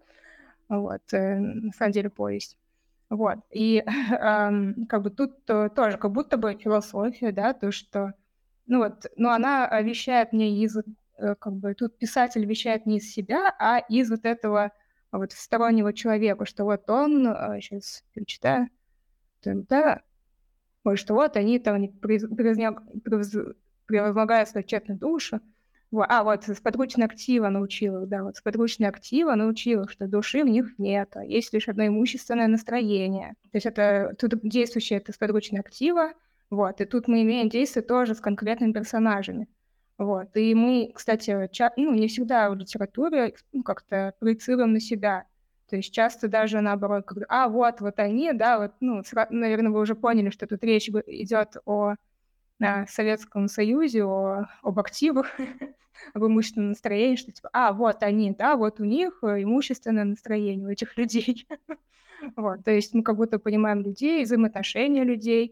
Вот, э, на самом деле повесть. Вот, и ам, как бы тут э, тоже как будто бы философия, да, то, что, ну вот, но она э, вещает мне из, э, как бы, тут писатель вещает не из себя, а из вот этого вот стороннего человека, что вот он, сейчас перечитаю, там, да, вот, что вот они там не превоз- превозня- превоз- превозмогают свою честную душу. Во- А, вот с подручной актива научил их, да, вот с подручной актива научил их, что души в них нет, а есть лишь одно имущественное настроение. То есть это тут действующее это с подручной актива, вот, и тут мы имеем действие тоже с конкретными персонажами. Вот, и мы, кстати, ча- ну, не всегда в литературе ну, как-то проецируем на себя. То есть часто даже наоборот, говорю, а вот, вот они, да, вот, ну, сра- наверное, вы уже поняли, что тут речь бы- идет о а, Советском Союзе, о, об активах, об имущественном настроении, что типа, а, вот они, да, вот у них э, имущественное настроение у этих людей. Вот, то есть мы как будто понимаем людей, взаимоотношения людей,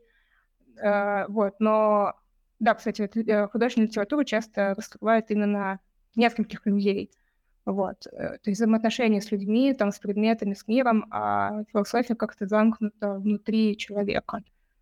э, вот, но, да, кстати, вот, э, художественная литература часто раскрывает именно нескольких людей, вот, э, то есть взаимоотношения с людьми, там, с предметами, с миром, а философия как-то замкнута внутри человека.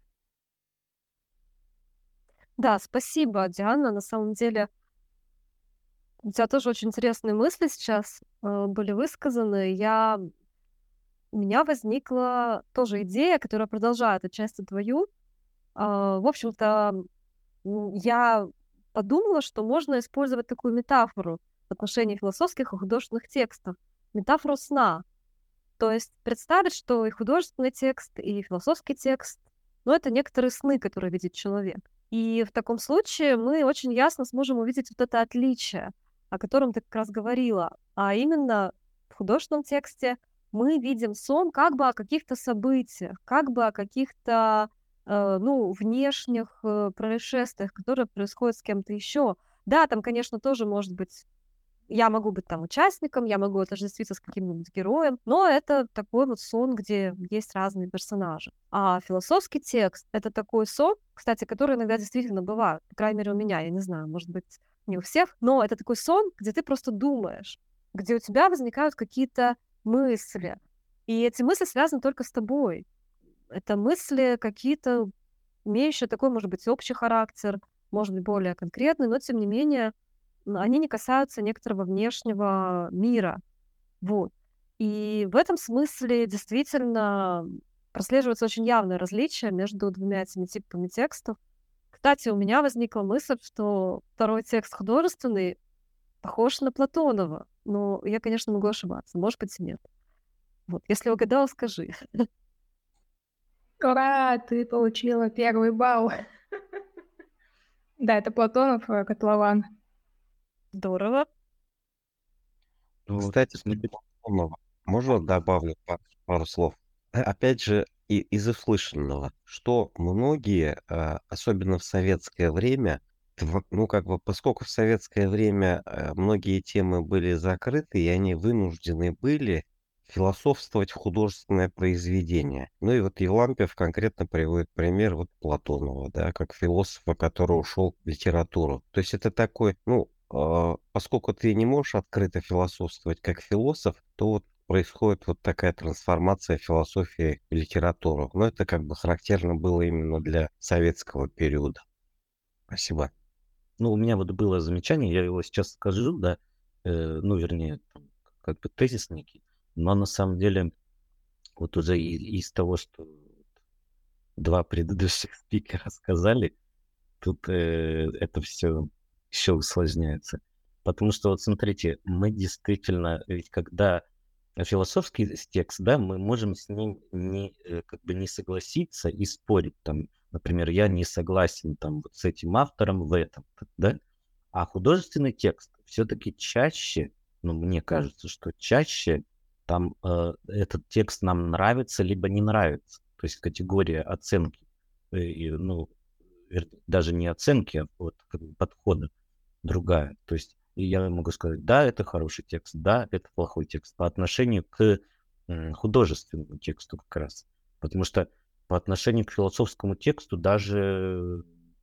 Да, спасибо, Диана. На самом деле, у тебя тоже очень интересные мысли сейчас э, были высказаны. Я... У меня возникла тоже идея, которая продолжает отчасти твою. А, в общем-то, м, я подумала, что можно использовать такую метафору в отношении философских и художественных текстов. Метафору сна. То есть представить, что и художественный текст, и философский текст, ну, это некоторые сны, которые видит человек. И в таком случае мы очень ясно сможем увидеть вот это отличие, о котором ты как раз говорила. А именно в художественном тексте мы видим сон как бы о каких-то событиях, как бы о каких-то э, ну, внешних э, происшествиях, которые происходят с кем-то еще. Да, там, конечно, тоже может быть я могу быть там участником, я могу отождествиться с каким-нибудь героем, но это такой вот сон, где есть разные персонажи. А философский текст — это такой сон, кстати, который иногда действительно бывает, по крайней мере, у меня, я не знаю, может быть, не у всех, но это такой сон, где ты просто думаешь, где у тебя возникают какие-то мысли, и эти мысли связаны только с тобой. Это мысли какие-то, имеющие такой, может быть, общий характер, может быть, более конкретный, но, тем не менее, н- они не касаются некоторого внешнего мира. Вот. И в этом смысле действительно прослеживается очень явное различие между двумя этими типами текстов. Кстати, у меня возникла мысль, что второй текст художественный похож на Платонова. Но я, конечно, могу ошибаться. Может быть, и нет. Вот. Если угадала, скажи. Ура, ты получила первый балл. Да, это Платонов, э, котлован. Здорово. Ну, вот Кстати, с- не- по Платонову можно добавлю пару, пару слов? Э, Опять же, и, из услышанного, что многие, э, особенно в советское время, тв- ну, как бы, поскольку в советское время э, многие темы были закрыты, и они вынуждены были философствовать в художественное произведение. Ну и вот Евлампиев конкретно приводит пример вот Платонова, да, как философа, который ушел в литературу. То есть это такой, ну, э, поскольку ты не можешь открыто философствовать как философ, то вот происходит вот такая трансформация философии в литературу. Но это как бы характерно было именно для советского периода. Спасибо. Ну, у меня вот было замечание, я его сейчас скажу, да, э, ну, вернее, там, как бы тезис некий, но на самом деле вот уже и- из того, что два предыдущих спикера сказали, тут э, это все еще усложняется. Потому что вот смотрите, мы действительно, ведь когда философский текст, да, мы можем с ним не, э, как бы не согласиться и спорить. Там, например, я не согласен там вот с этим автором в этом, да. А художественный текст все-таки чаще, ну, мне кажется, что чаще там э, этот текст нам нравится либо не нравится. То есть категория оценки, э, и, ну, вер- даже не оценки, а вот как бы подхода другая. То есть и я могу сказать, да, это хороший текст, да, это плохой текст по отношению к м, художественному тексту как раз. Потому что по отношению к философскому тексту даже,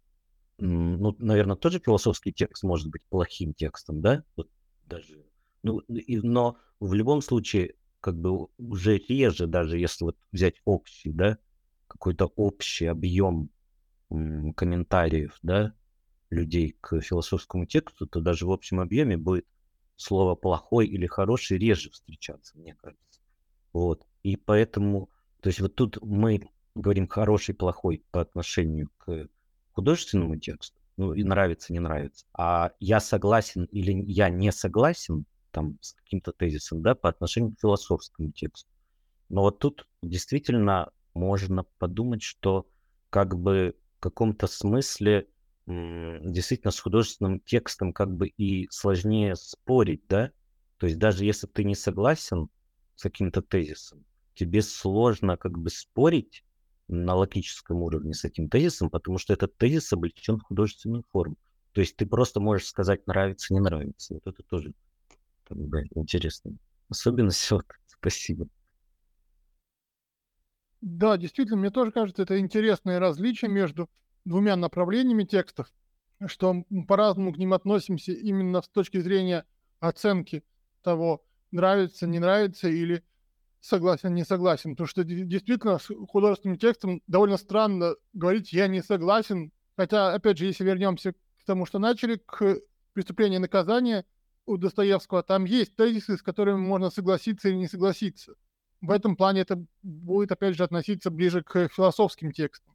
м, ну, наверное, тоже философский текст может быть плохим текстом, да? Вот даже, ну, и- но в любом случае, как бы уже реже, даже если вот взять общий, да, какой-то общий объем м, комментариев, да, людей к философскому тексту, то даже в общем объеме будет слово плохой или хороший реже встречаться, мне кажется. Вот. И поэтому, то есть вот тут мы говорим хороший, плохой по отношению к художественному тексту, ну и нравится, не нравится. А я согласен или я не согласен там с каким-то тезисом, да, по отношению к философскому тексту. Но вот тут действительно можно подумать, что как бы в каком-то смысле м, действительно с художественным текстом как бы и сложнее спорить, да? То есть даже если ты не согласен с каким-то тезисом, тебе сложно как бы спорить на логическом уровне с этим тезисом, потому что этот тезис облечен в художественную форму. То есть ты просто можешь сказать нравится, не нравится. Вот это тоже как бы интересно. Особенность. Вот. Спасибо. Да, действительно, мне тоже кажется, это интересное различие между двумя направлениями текстов, что мы по-разному к ним относимся именно с точки зрения оценки того, нравится, не нравится или согласен, не согласен. Потому что де- действительно с художественным текстом довольно странно говорить «я не согласен». Хотя, опять же, если вернемся к тому, что начали, к преступлению и наказанию у Достоевского, там есть тезисы, с которыми можно согласиться или не согласиться. В этом плане это будет, опять же, относиться ближе к философским текстам.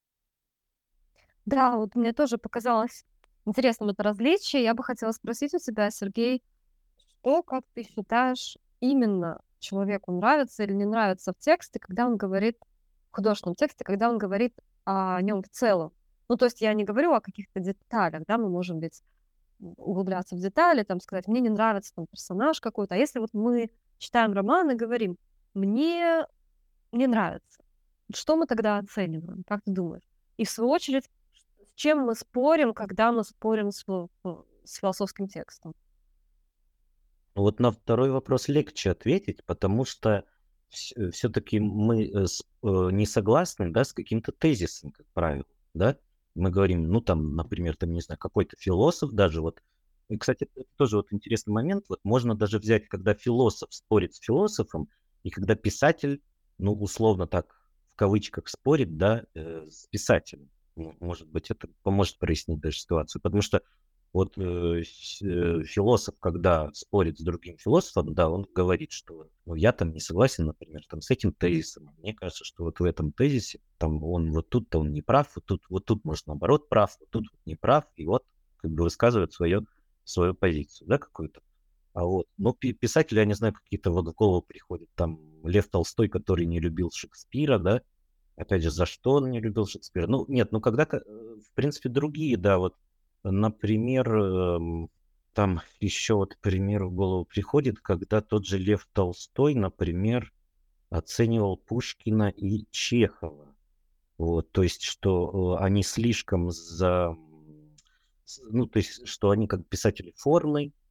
Да, вот мне тоже показалось интересным это различие. Я бы хотела спросить у тебя, Сергей, что, как ты считаешь, именно человеку нравится или не нравится в тексте, когда он говорит, в художественном тексте, когда он говорит о нем в целом? Ну, то есть я не говорю о каких-то деталях, да, мы можем ведь углубляться в детали, там сказать, мне не нравится там персонаж какой-то. А если вот мы читаем роман и говорим, мне не нравится, что мы тогда оцениваем, как ты думаешь? И в свою очередь, с чем мы спорим, когда мы спорим с, фил- с философским текстом? Ну, вот на второй вопрос легче ответить, потому что все-таки мы э, с- э, не согласны, да, с каким-то тезисом, как правило, да. Мы говорим, ну там, например, там, не знаю, какой-то философ даже вот. И, кстати, это тоже вот интересный момент. Вот можно даже взять, когда философ спорит с философом, и когда писатель, ну, условно так, в кавычках спорит, да, э, с писателем. Ну, может быть, это поможет прояснить даже ситуацию, потому что вот э, с- э, философ, когда спорит с другим философом, да, он говорит, что ну, я там не согласен, например, там, с этим тезисом. Мне кажется, что вот в этом тезисе, там, он вот тут-то он не прав, вот тут, вот тут, может, наоборот, прав, вот тут вот не прав, и вот как бы высказывает свое, свою позицию, да, какую-то. А вот, ну, пи- писатели, я не знаю, какие-то вот в голову приходят, там, Лев Толстой, который не любил Шекспира, да, опять же, за что он не любил Шекспира? Ну, нет, ну, когда-то, э, в принципе, другие, да, вот, например, эм, там еще вот пример в голову приходит, когда тот же Лев Толстой, например, оценивал Пушкина и Чехова. Вот, то есть, что э, они слишком за... с- Ну, то есть, что они как писатели формы,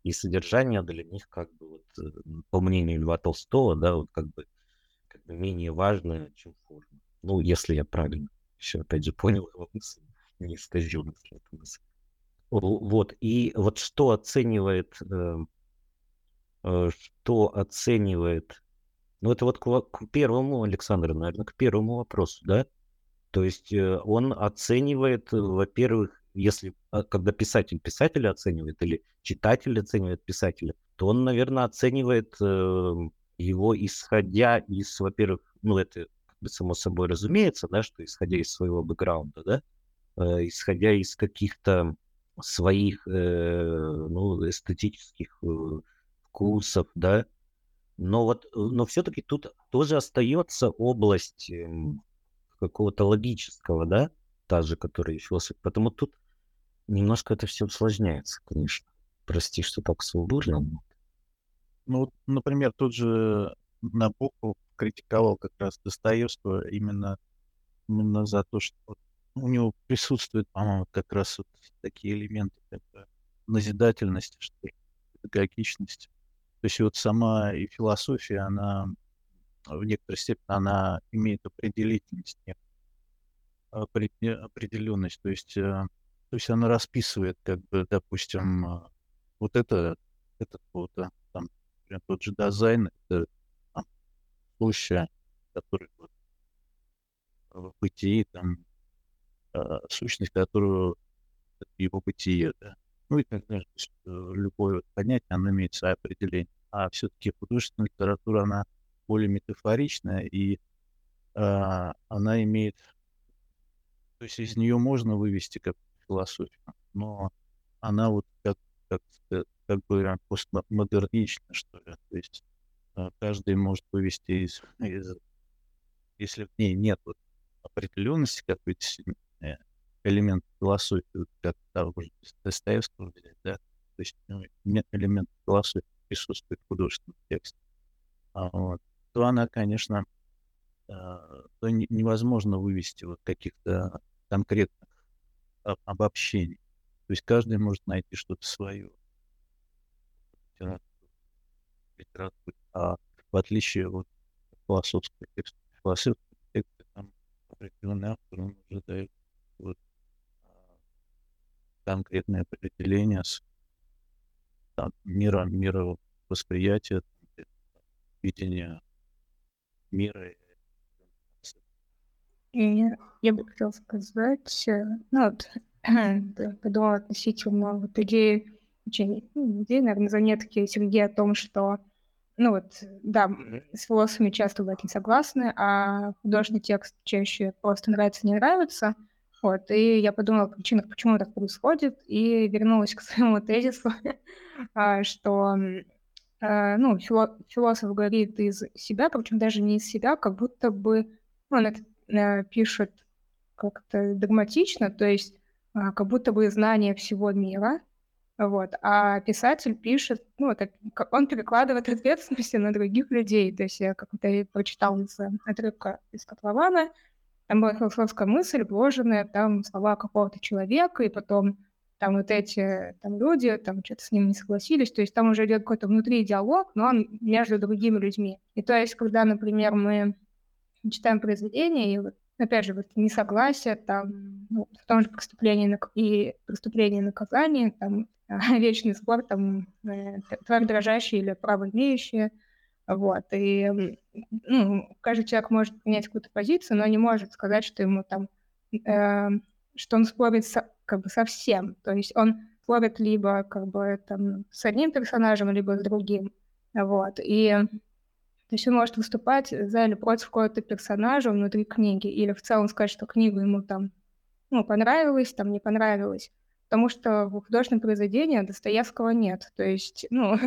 и содержание для них, как бы, вот, э, по мнению Льва Толстого, да, вот как бы, как бы менее важно, чем форма. Ну, если я правильно еще, опять же, понял его мысль, не исказил мысль, эту мысль. О, Вот, и вот что оценивает, э, э, что оценивает, ну, это вот к, ва- к первому, Александр, наверное, к первому вопросу, да? То есть э, он оценивает, э, во-первых, если а, когда писатель писателя оценивает или читатель оценивает писателя, то он, наверное, оценивает э, его исходя из, во-первых, ну это как бы само собой разумеется, да, что исходя из своего бэкграунда, да, э, исходя из каких-то своих э, ну, эстетических э, вкусов, да, но вот, э, но все-таки тут тоже остается область эм, какого-то логического, да, та же, которая и философия. Потому тут немножко это все усложняется, конечно. Прости, что так сумбурно. но- Ну, вот, например, тот же Набоков критиковал как раз Достоевского именно, именно за то, что вот у него присутствует, по-моему, как раз вот такие элементы, как бы назидательности, что ли, педагогичности. То есть вот сама и философия, она в некоторой степени, она имеет определительность, нек- опре- э, определенность. То есть, э, то есть она расписывает, как бы, допустим, э, вот это, этот вот, э, там, например, тот же дизайн, это там, площадь, который вот в бытии, там, э, сущность, которую это его бытие, да. Ну и так далее. То есть, э, любое вот понятие, оно имеет свое определение. А все-таки художественная литература, она более метафоричная, и а, она имеет, то есть из нее можно вывести как философию, но она вот как, как, сказать, как бы постмодернична, что ли. То есть а, каждый может вывести из, из- если в ней нет вот определенности какой-то сильный, э, элемент философии, вот как того же Достоевского взять, да, то есть ну, не- элемент философии присутствует в художественном тексте, а, вот, то она, конечно, а, то не- невозможно вывести вот каких-то конкретных об- обобщений. То есть каждый может найти что-то свое в литера- литературе. А в отличие от философского текста, философского текста там определенный автор, он уже дает вот, а, конкретное определение с там, мира, мировосприятия, там, видения мира. и- И я бы хотела сказать, э, ну вот, да, подумала относительно вот идеи, очень, ну, идеи, наверное, заметки Сергея о том, что, ну вот, да, м, с философами часто бывают не согласны, а художественный текст чаще просто нравится, не нравится. Вот, и я подумала о причинах, почему так происходит, и вернулась к своему тезису, а, что, м, э, ну, фило- философ говорит из себя, причем даже не из себя, как будто бы ну, он это э, пишет как-то догматично, то есть а, как будто бы знание всего мира, вот, а писатель пишет, ну, это, как- он перекладывает ответственности на других людей, то есть я как-то и прочитала из э, отрывка из Котлована, там была философская мысль, вложенная там в слова какого-то человека, и потом там вот эти там люди там что-то с ним не согласились, то есть там уже идет какой-то внутри диалог, но он между другими людьми. И то есть, когда, например, мы читаем произведение, и вот, опять же, вот несогласие там, ну, в том же преступлении нак- и преступление и наказание, там, вечный спор, там, э, т- тварь дрожащая или право имеющее, вот, и, м, ну, каждый человек может принять какую-то позицию, но не может сказать, что ему там, э, что он спорит со, как бы со всем, то есть он спорит либо, как бы, там, с одним персонажем, либо с другим, вот, и то есть он может выступать за или против какого-то персонажа внутри книги, или в целом сказать, что книга ему там, ну, понравилась, там, не понравилась. Потому что в художественном произведении Достоевского нет. То есть, ну,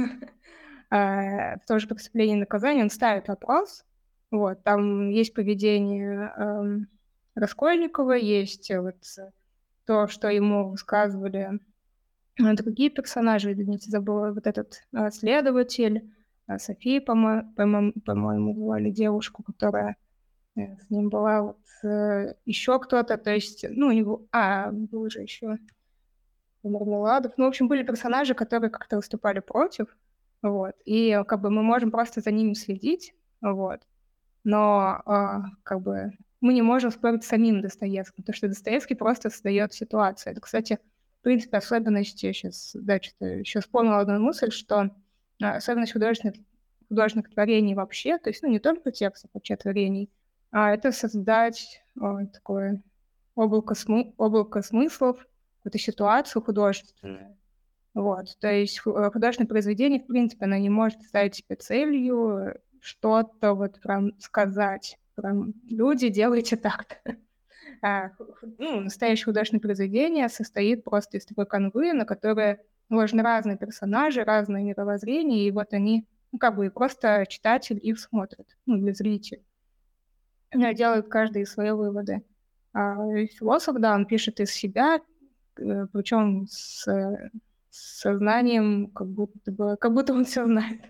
а, в том же «Преступлении и наказании» он ставит вопрос. Вот, там есть поведение эм, Раскольникова, есть э, вот э, то, что ему высказывали э, другие персонажи, извините, забыла, вот этот э, следователь, э, София, по-мо- по-моему, по-моему, звали девушку, которая э, с ним была, вот, э, еще кто-то, то есть, ну, у него, а, был же еще Мармеладов. Ну, в общем, были персонажи, которые как-то выступали против, вот, и как бы мы можем просто за ними следить, вот. Но а, как бы мы не можем спорить с самим Достоевским, потому что Достоевский просто создает ситуацию. Это, кстати, в принципе, особенность, я сейчас, да, что-то еще вспомнила одну мысль, что а, особенность художественных, художественных творений вообще, то есть, ну, не только текстов, вообще творений, а это создать а, такое облако, смы- облако смыслов, какую-то ситуацию художественную. Вот, то есть ху- э, художественное произведение, в принципе, оно не может ставить себе целью что-то вот прям сказать. Прям люди, делайте так-то. А, ху- ху- ну, настоящее художественное произведение состоит просто из такой канвы, на которой вложены разные персонажи, разные мировоззрения, и вот они, ну, как бы просто читатель их смотрит, ну, или зритель. Э, Делает каждый свои выводы. А философ, да, он пишет из себя, причем с, э, с сознанием, как будто бы, как будто он все знает.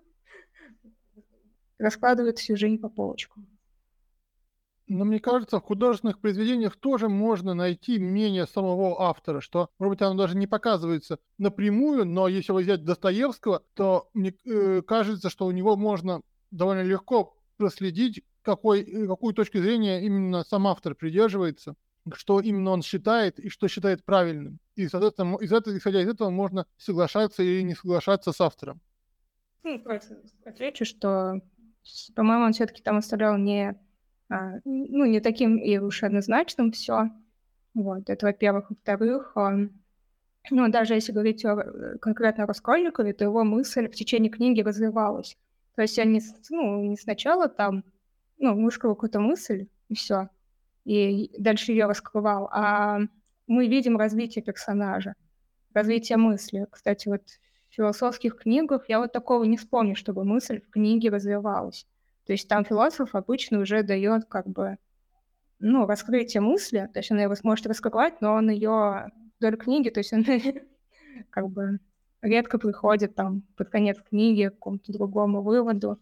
Раскладывает всю жизнь по полочкам. Но мне кажется, в художественных произведениях тоже можно найти мнение самого автора, что, может быть, оно даже не показывается напрямую, но если взять Достоевского, то мне э, кажется, что у него можно довольно легко проследить, какой, э, какую точку зрения именно сам автор придерживается, что именно он считает и что считает правильным. И, соответственно, мо- из этого, исходя из этого можно соглашаться или не соглашаться с автором. Ну, просто отвечу, что, с- по-моему, он все-таки там оставлял не, а, ну, не таким и уж однозначным все. Вот, это во-первых. Во-вторых, он, ну, даже если говорить о, э, конкретно о Раскольникове, то его мысль в течение книги развивалась. То есть он не, с- ну, не сначала там, ну, высказал какую-то мысль, и все, и дальше ее раскрывал, а мы видим развитие персонажа, развитие мысли. Кстати, вот в философских книгах я вот такого не вспомню, чтобы мысль в книге развивалась. То есть там философ обычно уже дает как бы, ну, раскрытие мысли, то есть он ее может раскрывать, но он ее вдоль книги, то есть он как бы редко приходит там под конец книги к какому-то другому выводу.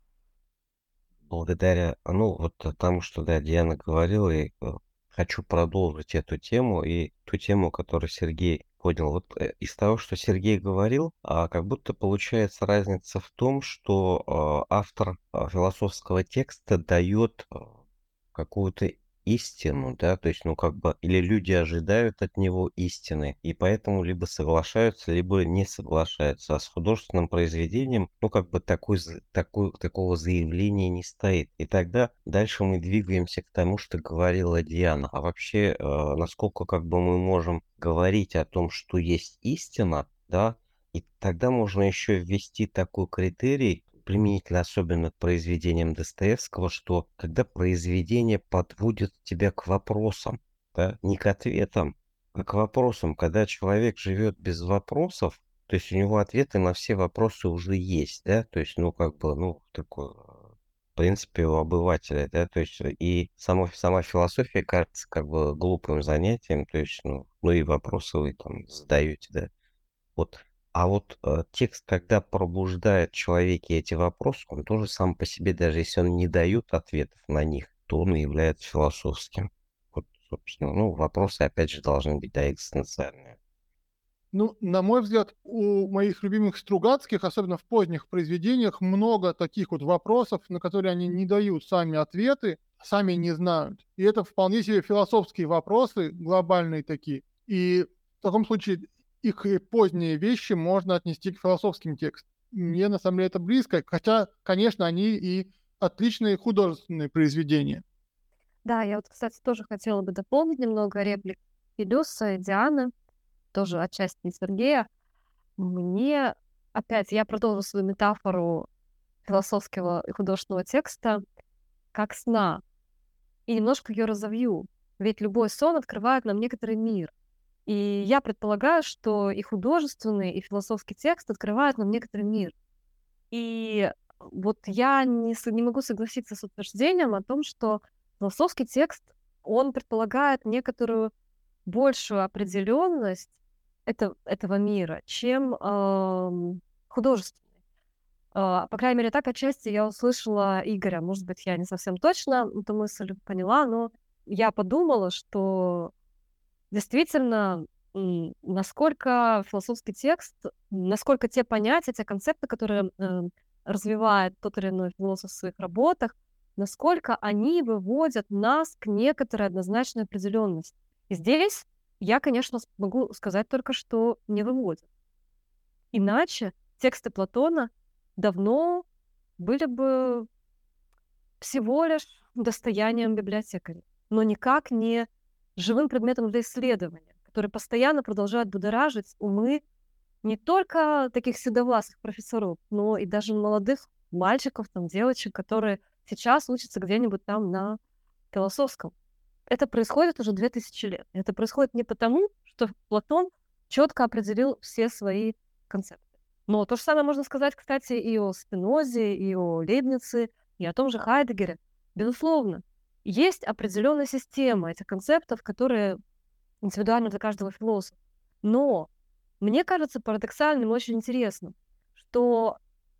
Благодаря, ну, вот э, тому, что, да, Диана говорила, и э, хочу продолжить эту тему и ту тему, которую Сергей поднял. Вот э, из того, что Сергей говорил, а, как будто получается разница в том, что э, автор э, философского текста дает э, какую-то истину, да, то есть, ну, как бы, или люди ожидают от него истины, и поэтому либо соглашаются, либо не соглашаются. А с художественным произведением, ну, как бы, такой, з- такой, такого заявления не стоит. И тогда дальше мы двигаемся к тому, что говорила Диана. А вообще, э, насколько, как бы, мы можем говорить о том, что есть истина, да, и тогда можно еще ввести такой критерий, применительно особенно к произведениям Достоевского, что когда произведение подводит тебя к вопросам, да, не к ответам, а к вопросам, когда человек живет без вопросов, то есть у него ответы на все вопросы уже есть, да, то есть, ну, как бы, ну, такой, э, в принципе, у обывателя, да, то есть, э, и сама, сама философия кажется как бы глупым занятием, то есть, ну, ну и вопросы вы там задаете, да, вот. А вот э, текст, когда пробуждает в человеке эти вопросы, он тоже сам по себе, даже если он не дает ответов на них, то он и является философским. Вот, собственно, ну, вопросы, опять же, должны быть, да, экзистенциальные. Ну, на мой взгляд, у моих любимых Стругацких, особенно в поздних произведениях, много таких вот вопросов, на которые они не дают сами ответы, сами не знают. И это вполне себе философские вопросы, глобальные такие. И в таком случае их и поздние вещи можно отнести к философским текстам. Мне, на самом деле, это близко, хотя, конечно, они и отличные художественные произведения. Да, я вот, кстати, тоже хотела бы дополнить немного реплик Илюса и Дианы, тоже отчасти Сергея. Мне, опять, я продолжу свою метафору философского и художественного текста как сна, и немножко ее разовью. Ведь любой сон открывает нам некоторый мир. И я предполагаю, что и художественный, и философский текст открывают нам некоторый мир. И вот я не, с- не могу согласиться с утверждением о том, что философский текст, он предполагает некоторую большую определенность это- этого мира, чем ам, художественный. А, По крайней мере, так отчасти я услышала Игоря. Может быть, я не совсем точно эту мысль поняла, но я подумала, что действительно м, насколько философский текст, насколько те понятия, те концепты, которые э, развивает тот или иной философ в своих работах, насколько они выводят нас к некоторой однозначной определенности. И здесь я, конечно, с- могу сказать только, что не выводят. Иначе тексты Платона давно были бы всего лишь достоянием библиотекаря, но никак не живым предметом для исследования, который постоянно продолжает будоражить умы не только таких седовласых профессоров, но и даже молодых мальчиков, там, девочек, которые сейчас учатся где-нибудь там на философском. Это происходит уже две тысячи лет. Это происходит не потому, что Платон четко определил все свои концепты. Но то же самое можно сказать, кстати, и о Спинозе, и о Лейбнице, и о том же Хайдегере. Безусловно, есть определенная система этих концептов, которые индивидуальны для каждого философа. Но мне кажется парадоксальным и очень интересным, что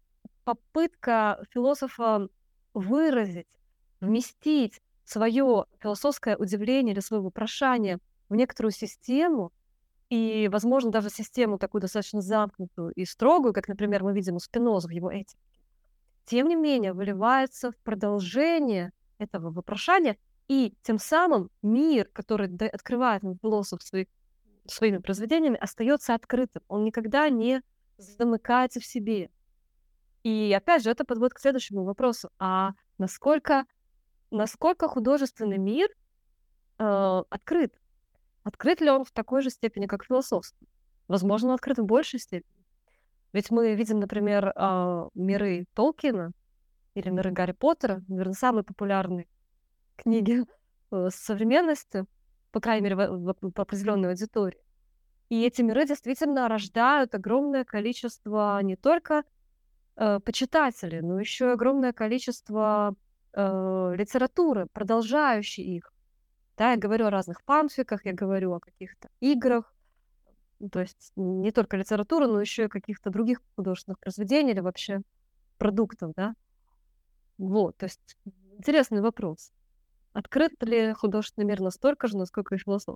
попытка философа выразить, вместить свое философское удивление или свое вопрошание в некоторую систему, и, возможно, даже систему такую достаточно замкнутую и строгую, как, например, мы видим у Спиноза в его этике, тем не менее выливается в продолжение этого вопрошания, и тем самым мир, который да- открывает нам философ своих, своими произведениями, остается открытым. Он никогда не замыкается в себе. И опять же, это подводит к следующему вопросу. А насколько, насколько художественный мир э, открыт? Открыт ли он в такой же степени, как философский? Возможно, он открыт в большей степени. Ведь мы видим, например, э, миры Толкина или миры Гарри Поттера, наверное, самые популярные книги э, современности, по крайней мере, в, в- по определенной аудитории. И эти миры действительно рождают огромное количество не только э, почитателей, но еще и огромное количество э, литературы, продолжающей их. Да, я говорю о разных фанфиках, я говорю о каких-то играх, ну, то есть не только литература, но еще и каких-то других художественных произведений или вообще продуктов, да. Вот, то есть интересный вопрос. Открыт ли художественный мир настолько же, насколько и философ?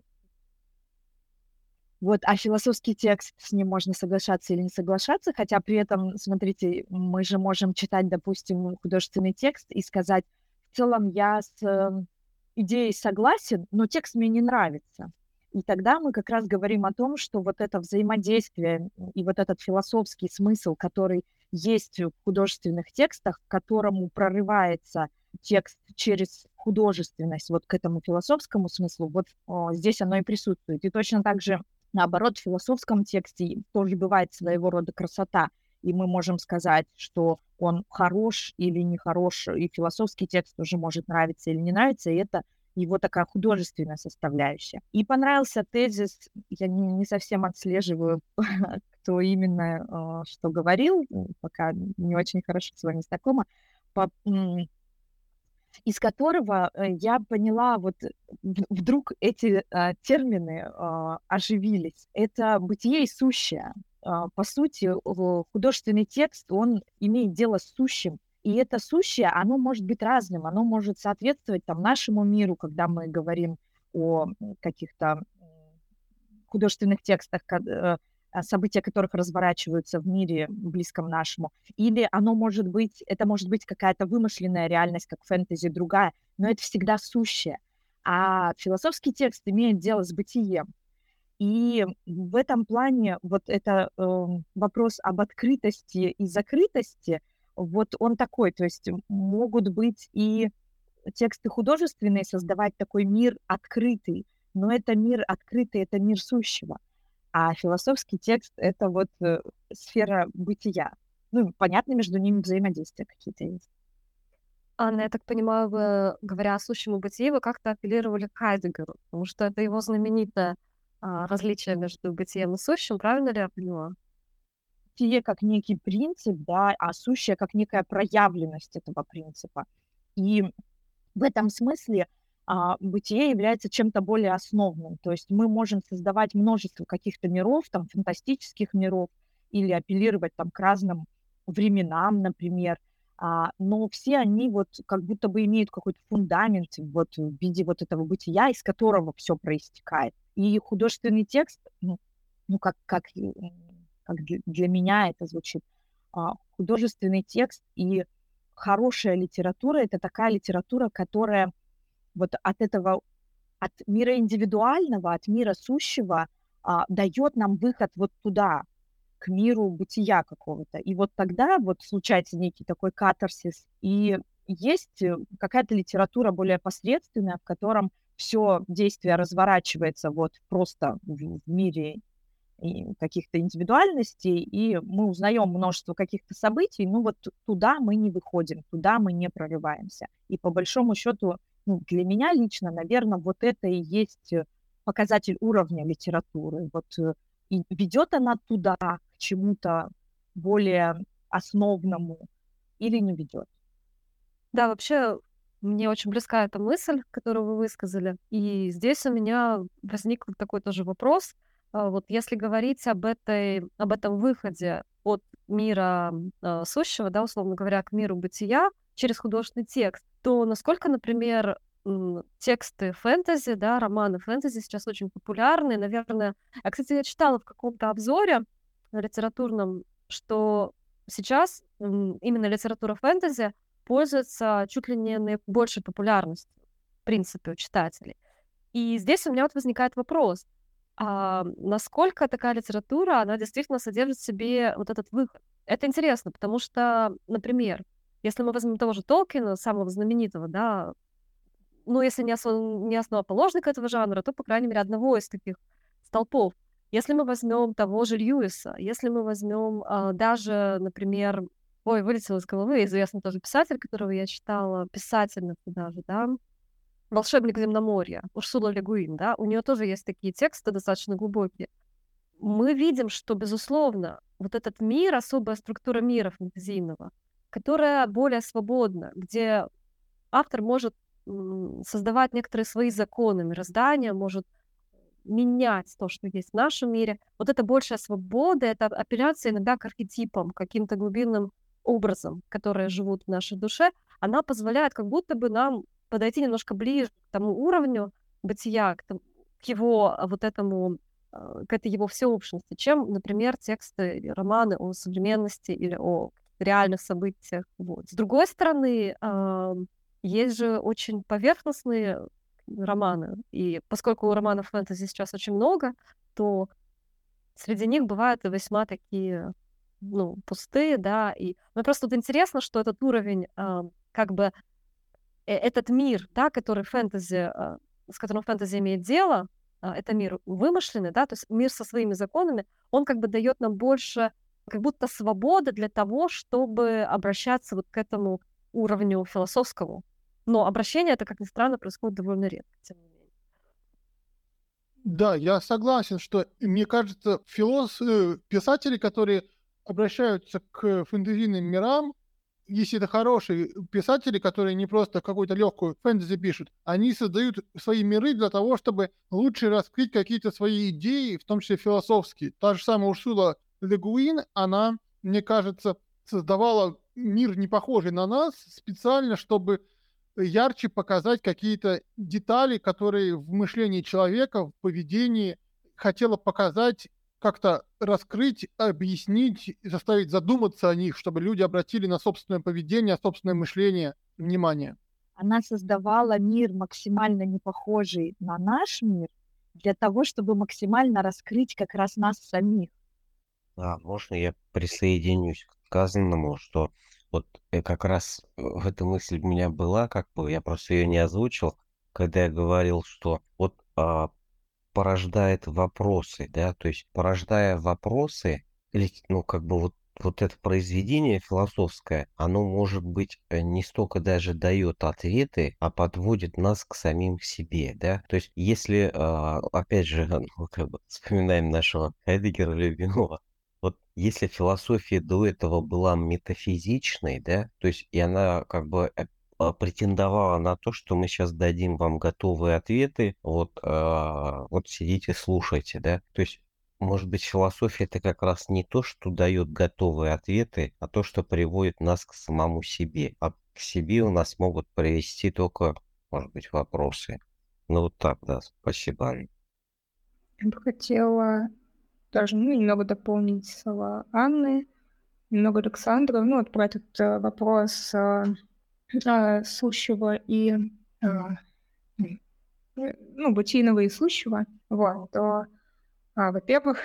Вот, а философский текст, с ним можно соглашаться или не соглашаться, хотя при этом, смотрите, мы же можем читать, допустим, художественный текст и сказать, в целом я с э, идеей согласен, но текст мне не нравится. И тогда мы как раз говорим о том, что вот это взаимодействие и вот этот философский смысл, который есть в художественных текстах, к которому прорывается текст через художественность, вот к этому философскому смыслу, вот о, здесь оно и присутствует. И точно так же наоборот, в философском тексте тоже бывает своего рода красота, и мы можем сказать, что он хорош или не хорош, и философский текст тоже может нравиться или не нравиться, и это его такая художественная составляющая. И понравился тезис, я не, не совсем отслеживаю, кто именно э, что говорил, пока не очень хорошо с вами знакома, по, м, из которого э, я поняла, вот в- вдруг эти а, термины а, оживились. Это бытие и сущее. А, по сути, о, художественный текст, он имеет дело с сущим. И это сущее, оно может быть разным, оно может соответствовать там, нашему миру, когда мы говорим о м, каких-то м, художественных текстах, ка- э, а, события которых разворачиваются в мире близком нашему. Или оно может быть, это может быть какая-то вымышленная реальность, как фэнтези, другая, но это всегда сущее. А философский текст имеет дело с бытием. И в этом плане вот это э, вопрос об открытости и закрытости, вот он такой, то есть могут быть и тексты художественные, создавать такой мир открытый, но это мир открытый, это мир сущего. А философский текст — это вот э, сфера бытия. Ну, понятно, между ними взаимодействия какие-то есть. Анна, я так понимаю, вы, говоря о сущем и бытии, вы как-то апеллировали к Хайдегеру, потому что это его знаменитое а, различие между бытием и сущим, правильно ли я поняла? Бытие как некий принцип, да, а сущее как некая проявленность этого принципа. И в этом смысле а, бытие является чем-то более основным. То есть мы можем создавать множество каких-то миров, там, фантастических миров, или апеллировать там к разным временам, например, а, но все они вот как будто бы имеют какой-то фундамент вот в виде вот этого бытия, из которого все проистекает. И художественный текст, ну, ну как, как, м, как для, для меня это звучит, а, художественный текст и хорошая литература — это такая литература, которая вот от этого, от мира индивидуального, от мира сущего а, дает нам выход вот туда, к миру бытия какого-то. И вот тогда вот случается некий такой катарсис, и есть э, какая-то литература более посредственная, в котором все действие разворачивается вот просто в, в мире и каких-то индивидуальностей, и мы узнаем множество каких-то событий, но вот туда мы не выходим, туда мы не прорываемся. И по большому счету, ну, для меня лично, наверное, вот это и есть э, показатель уровня литературы. Вот э, и ведет она туда, к чему-то более основному, или не ведет. Да, вообще, мне очень близка эта мысль, которую вы высказали. И здесь у меня возник вот такой тоже вопрос. А, Вот если говорить об этой, об этом выходе от мира а, сущего, да, условно говоря, к миру бытия через художественный текст, то насколько, например, м, тексты фэнтези, да, романы фэнтези сейчас очень популярны, наверное. А, кстати, я читала в каком-то обзоре литературном, что сейчас м, именно литература фэнтези пользуется чуть ли не наибольшей популярностью, в принципе, у читателей. И здесь у меня вот возникает вопрос, а насколько такая литература, она действительно содержит в себе вот этот выход? Это интересно, потому что, например, если мы возьмем того же Толкина, самого знаменитого, да, ну, если не, осо- не основоположник этого жанра, то, по крайней мере, одного из таких столпов. Если мы возьмем того же Льюиса, если мы возьмем а, даже, например, ой, вылетел из головы, известный тоже писатель, которого я читала, писательница даже, да, «Волшебник земноморья», Урсула Ле Гуин, да, у нее тоже есть такие тексты достаточно глубокие. Мы видим, что, безусловно, вот этот мир, особая структура мира фэнтезийного, которая более свободна, где автор может м, создавать некоторые свои законы мироздания, может менять то, что есть в нашем мире. Вот это большая свобода, это апелляция иногда к архетипам, к каким-то глубинным образом, которые живут в нашей душе, она позволяет как будто бы нам подойти немножко ближе к тому уровню бытия, к, тому- к его а, вот этому, а, к этой его всеобщности, чем, например, тексты или романы о современности или о реальных событиях. Вот. С другой стороны, а, есть же очень поверхностные романы, и поскольку романов фэнтези сейчас очень много, то среди них бывают и весьма такие, ну, пустые, да, и мне просто вот интересно, что этот уровень, а, как бы, э, этот мир, да, который фэнтези, а, с которым фэнтези имеет дело, а, это мир вымышленный, да, то есть мир со своими законами, он как бы дает нам больше как будто свободы для того, чтобы обращаться вот к этому уровню философскому. Но обращение это, как ни странно, происходит довольно редко, тем не менее. Да, я согласен, что, мне кажется, филос... э, писатели, которые обращаются к фэнтезийным мирам, если это хорошие писатели, которые не просто какую-то легкую фэнтези пишут, они создают свои миры для того, чтобы лучше раскрыть какие-то свои идеи, в том числе философские. Та же самая Урсула Ле Гуин, она, мне кажется, создавала мир, не похожий на нас, специально, чтобы ярче показать какие-то детали, которые в мышлении человека, в поведении хотела показать, как-то раскрыть, объяснить, заставить задуматься о них, чтобы люди обратили на собственное поведение, собственное мышление внимание. Она создавала мир максимально не похожий на наш мир для того, чтобы максимально раскрыть как раз нас самих. А можно я присоединюсь к сказанному, что вот э, как раз э, эта мысль у меня была, как бы я просто ее не озвучил, когда я говорил, что вот а, порождает вопросы, да, то есть порождая вопросы, или, ну, как бы вот, вот это произведение философское, оно, может быть, э, не столько даже дает ответы, а подводит нас к самим себе, да, то есть если, а, опять же, ну, как бы вспоминаем нашего Хайдеггера любимого, вот если философия до этого была метафизичной, да, то есть и она как бы э, а, претендовала на то, что мы сейчас дадим вам готовые ответы, вот, а, вот сидите, слушайте, да. То есть, может быть, философия это как раз не то, что дает готовые ответы, а то, что приводит нас к самому себе. А к себе у нас могут привести только, может быть, вопросы. Ну вот так, да, спасибо. Я бы хотела даже, ну, немного дополнить слова Анны, немного Александра. Ну, вот про этот э, вопрос э, э, сущего и, э, м, э, ну, бытийного и сущего. Вот, то, а, во-первых,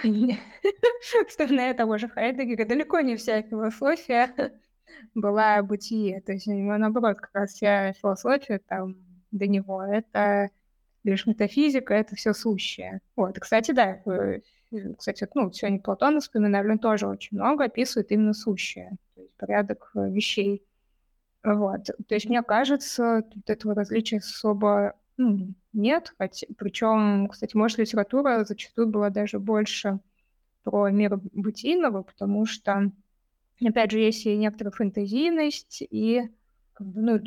вспоминая того же Хайдеггера, далеко не вся философия была о бытие. То есть, у него, наоборот, как раз вся философия там до него — это лишь метафизика, это все сущее. Вот, и, кстати, да, э, э, кстати, вот, ну, сегодня Платона вспоминали, он тоже очень много описывает именно сущее, то есть порядок э, вещей. Вот, то есть, мне кажется, тут этого различия особо, ну, нет, хотя, причем, кстати, может, литература зачастую была даже больше про мир бытийного, потому что, опять же, есть и некоторая фэнтезийность, и как бы, ну,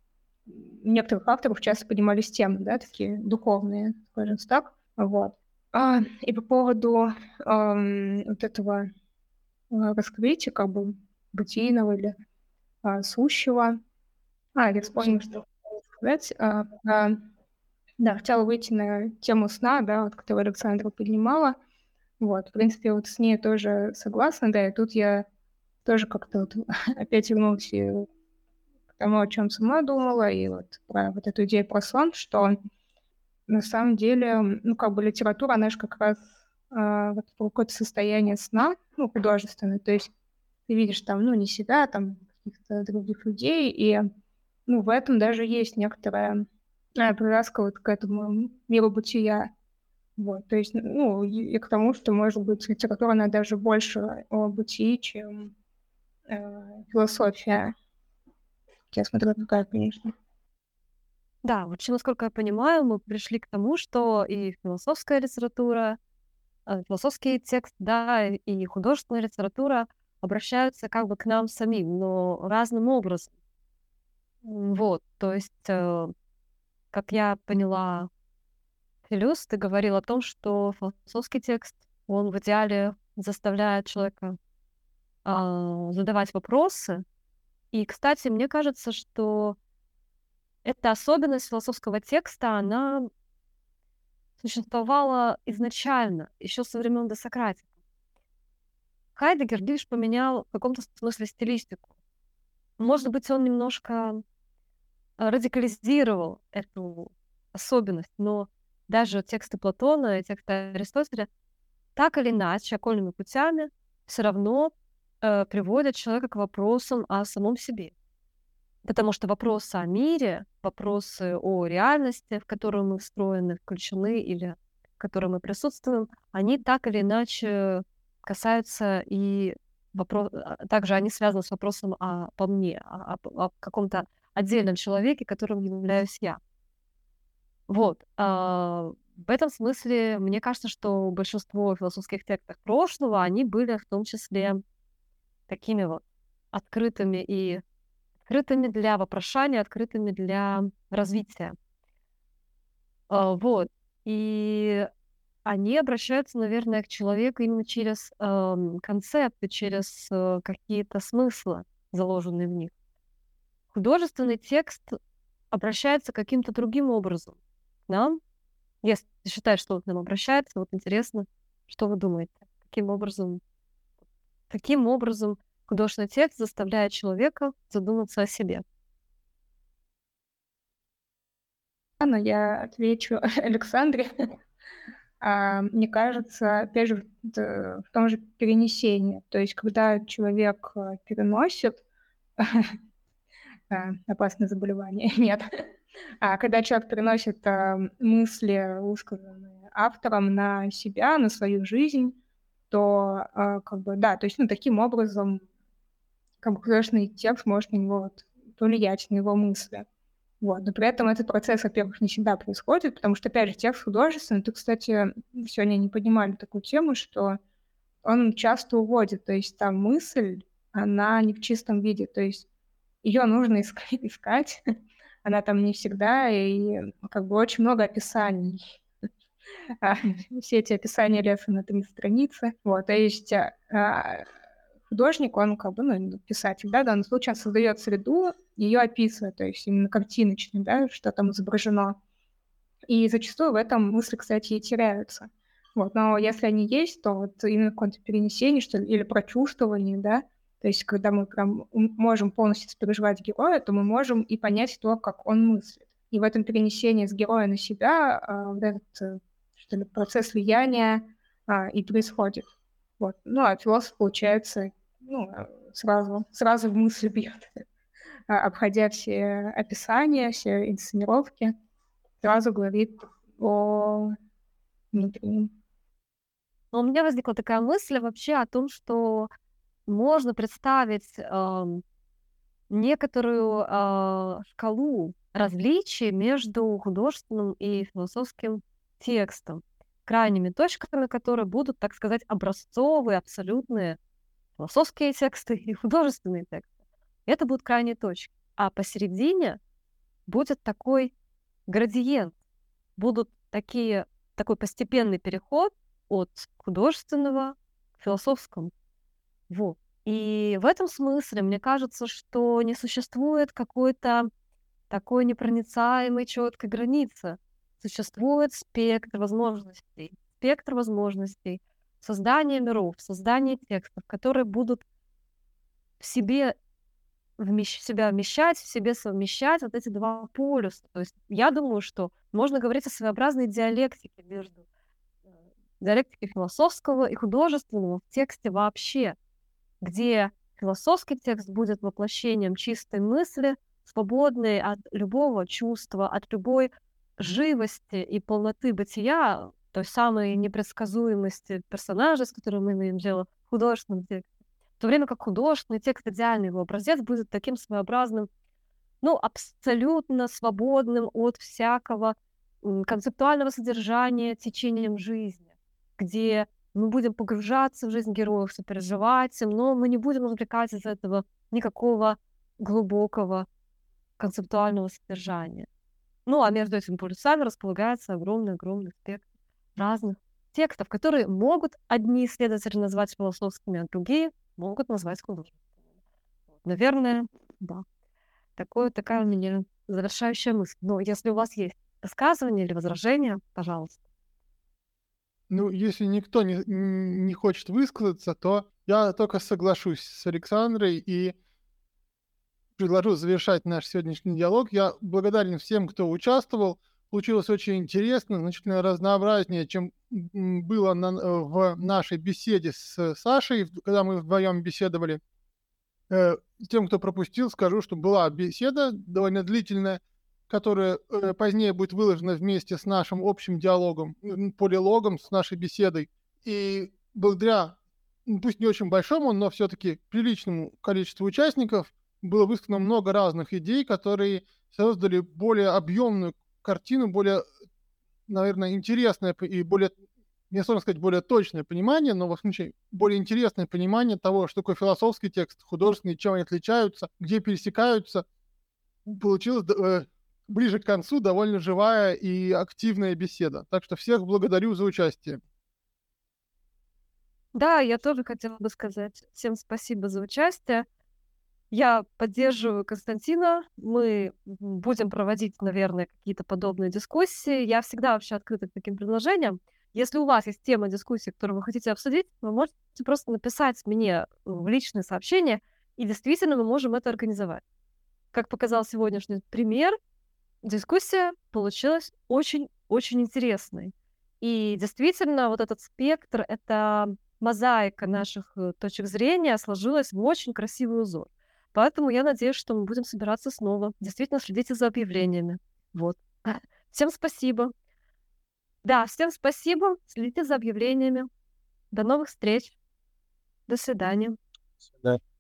некоторых авторов часто поднимались темы, да, такие духовные, скажем так. Вот. А, и по поводу ам, вот этого а, раскрытия, как бы бытийного или а, сущего. А, я вспомнила, что хотела сказать. А, а, да, хотела выйти на тему сна, да, вот, которую Александра поднимала. Вот, в принципе, вот с ней тоже согласна, да, и тут я тоже как-то вот опять вернулась и к тому, о чем сама думала, и вот про вот эту идею про сон, что на самом деле, м, ну, как бы литература, она же как раз а, вот про какое-то состояние сна, ну, художественное, то есть ты видишь там, ну, не себя, там, каких-то других людей, и, ну, в этом даже есть некоторая а, привязка вот к этому миру бытия. Вот, то есть, ну, и, и к тому, что, может быть, литература, она даже больше о бытии, чем э, философия. Я смотрю, какая, конечно. Да, в общем, насколько я понимаю, мы пришли к тому, что и философская литература, э, философский текст, да, и художественная литература обращаются как бы к нам самим, но разным образом. М, Вот, то есть, э, как я поняла, Филюс, ты говорил о том, что философский текст, он в идеале заставляет человека а, задавать вопросы. И, кстати, мне кажется, что эта особенность философского текста, она существовала изначально, еще со времен Досократика. Хайдеггер лишь поменял в каком-то смысле стилистику. Может быть, он немножко а, радикализировал эту особенность, но даже тексты Платона и тексты Аристотеля так или иначе, окольными путями, все равно э, приводят человека к вопросам о самом себе. Потому что вопросы о мире, вопросы о реальности, в которую мы встроены, включены или в которой мы присутствуем, они так или иначе касаются и вопро- а, также они связаны с вопросом о, по мне, о, о- о каком-то отдельном человеке, которым являюсь я. Вот. а, В этом смысле, мне кажется, что большинство философских текстов прошлого, они были в том числе такими вот открытыми и открытыми для вопрошания, открытыми для развития. А, Вот. И они обращаются, наверное, к человеку именно через эм, концепты, через э, какие-то смыслы, заложенные в них. Художественный текст обращается каким-то другим образом к нам. Если считаешь, что он к нам обращается, вот интересно, что вы думаете? Каким образом, каким образом художественный текст заставляет человека задуматься о себе? Ладно, я отвечу Александре. А, Мне кажется, опять же, т- в том же перенесении. То есть, когда человек э, переносит а, опасное заболевание, нет. А когда человек переносит а, мысли, высказанные автором, на себя, на свою жизнь, то а, как бы да, то есть, ну, таким образом, как бы художественный текст может на него вот повлиять, на его мысли. Вот. Но при этом этот процесс, во-первых, не всегда происходит, потому что, опять же, текст художественный. Ты, кстати, сегодня не поднимали такую тему, что он часто уводит, то есть там мысль, она не в чистом виде, то есть ее нужно искать, искать, она там не всегда, и как бы очень много описаний. А, Все эти описания лезут на три страницы. Вот, то есть а, а, художник, он как бы, ну, писатель, да, в данном случае он создает среду, ее описывает, то есть именно картиночно, да, что там изображено. И зачастую в этом мысли, кстати, и теряются. Вот, но если они есть, то вот именно какое-то перенесение, что ли, или прочувствование, да, то есть когда мы прям м- можем полностью сопереживать героя, то мы можем и понять то, как он мыслит. И в этом перенесении с героя на себя а, вот этот, э, что ли, процесс влияния а, и происходит. Вот. Ну, а философ, получается, ну, э, сразу, сразу в мысли бьет, а, обходя все описания, все инсценировки, сразу говорит о внутреннем. Но у меня возникла такая мысль вообще о том, что можно представить ам, некоторую а, шкалу различий между художественным и философским текстом, крайними точками, которые будут, так сказать, образцовые, абсолютные философские тексты и художественные тексты. Это будут крайние точки. А посередине будет такой градиент, будут такие, такой постепенный переход от художественного к философскому. Вот. И в этом смысле мне кажется, что не существует какой-то такой непроницаемой четкой границы. Существует спектр возможностей, спектр возможностей создания миров, создания текстов, которые будут в себе вмещ- себя вмещать, в себе совмещать вот эти два полюса. То есть я думаю, что можно говорить о своеобразной диалектике между э, диалектикой философского и художественного в тексте вообще, где философский текст будет воплощением чистой мысли, свободной от любого чувства, от любой живости и полноты бытия, той самой непредсказуемости персонажа, с которым мы имеем дело в художественном тексте. В то время как художественный текст, идеальный его образец, будет таким своеобразным, ну, абсолютно свободным от всякого м, концептуального содержания течением жизни, где мы будем погружаться в жизнь героев, сопереживать им, но мы не будем извлекать из этого никакого глубокого концептуального содержания. Ну, а между этими полюсами располагается огромный-огромный спектр разных текстов, которые могут одни исследователи назвать философскими, а другие могут назвать художественными. Вот, наверное, да. Такое, такая у меня завершающая мысль. Но если у вас есть высказывания или возражения, пожалуйста. Ну, если никто не, н- не хочет высказаться, то я только соглашусь с Александрой и предложу завершать наш сегодняшний диалог. Я благодарен всем, кто участвовал. Получилось очень интересно, значительно разнообразнее, чем м, было на- э, в нашей беседе с Сашей, в- когда мы вдвоем беседовали. Э, Тем, кто пропустил, скажу, что была беседа довольно длительная, которая э, позднее будет выложена вместе с нашим общим диалогом, м, полилогом, с нашей беседой. И благодаря, м, пусть не очень большому, но все-таки приличному количеству участников, было высказано много разных идей, которые создали более объемную картину, более, наверное, интересное п- и более, не сложно сказать, более точное понимание, но, во случае, более интересное понимание того, что такое философский текст, художественный, чем они отличаются, где пересекаются. Получилось д- э, ближе к концу довольно живая и активная беседа. Так что всех благодарю за участие. Да, я тоже хотела бы сказать всем спасибо за участие. Я поддерживаю Константина. Мы м, будем проводить, наверное, какие-то подобные дискуссии. Я всегда вообще открыта к таким предложениям. Если у вас есть тема дискуссии, которую вы хотите обсудить, вы можете просто написать мне в личное сообщение, и действительно мы можем это организовать. Как показал сегодняшний пример, дискуссия получилась очень-очень интересной. И действительно, вот этот спектр, эта мозаика наших э, точек зрения сложилась в очень красивый узор. Поэтому я надеюсь, что мы будем собираться снова. Действительно, следите за объявлениями. Вот. Всем спасибо. Да, всем спасибо. Следите за объявлениями. До новых встреч. До свидания. Да.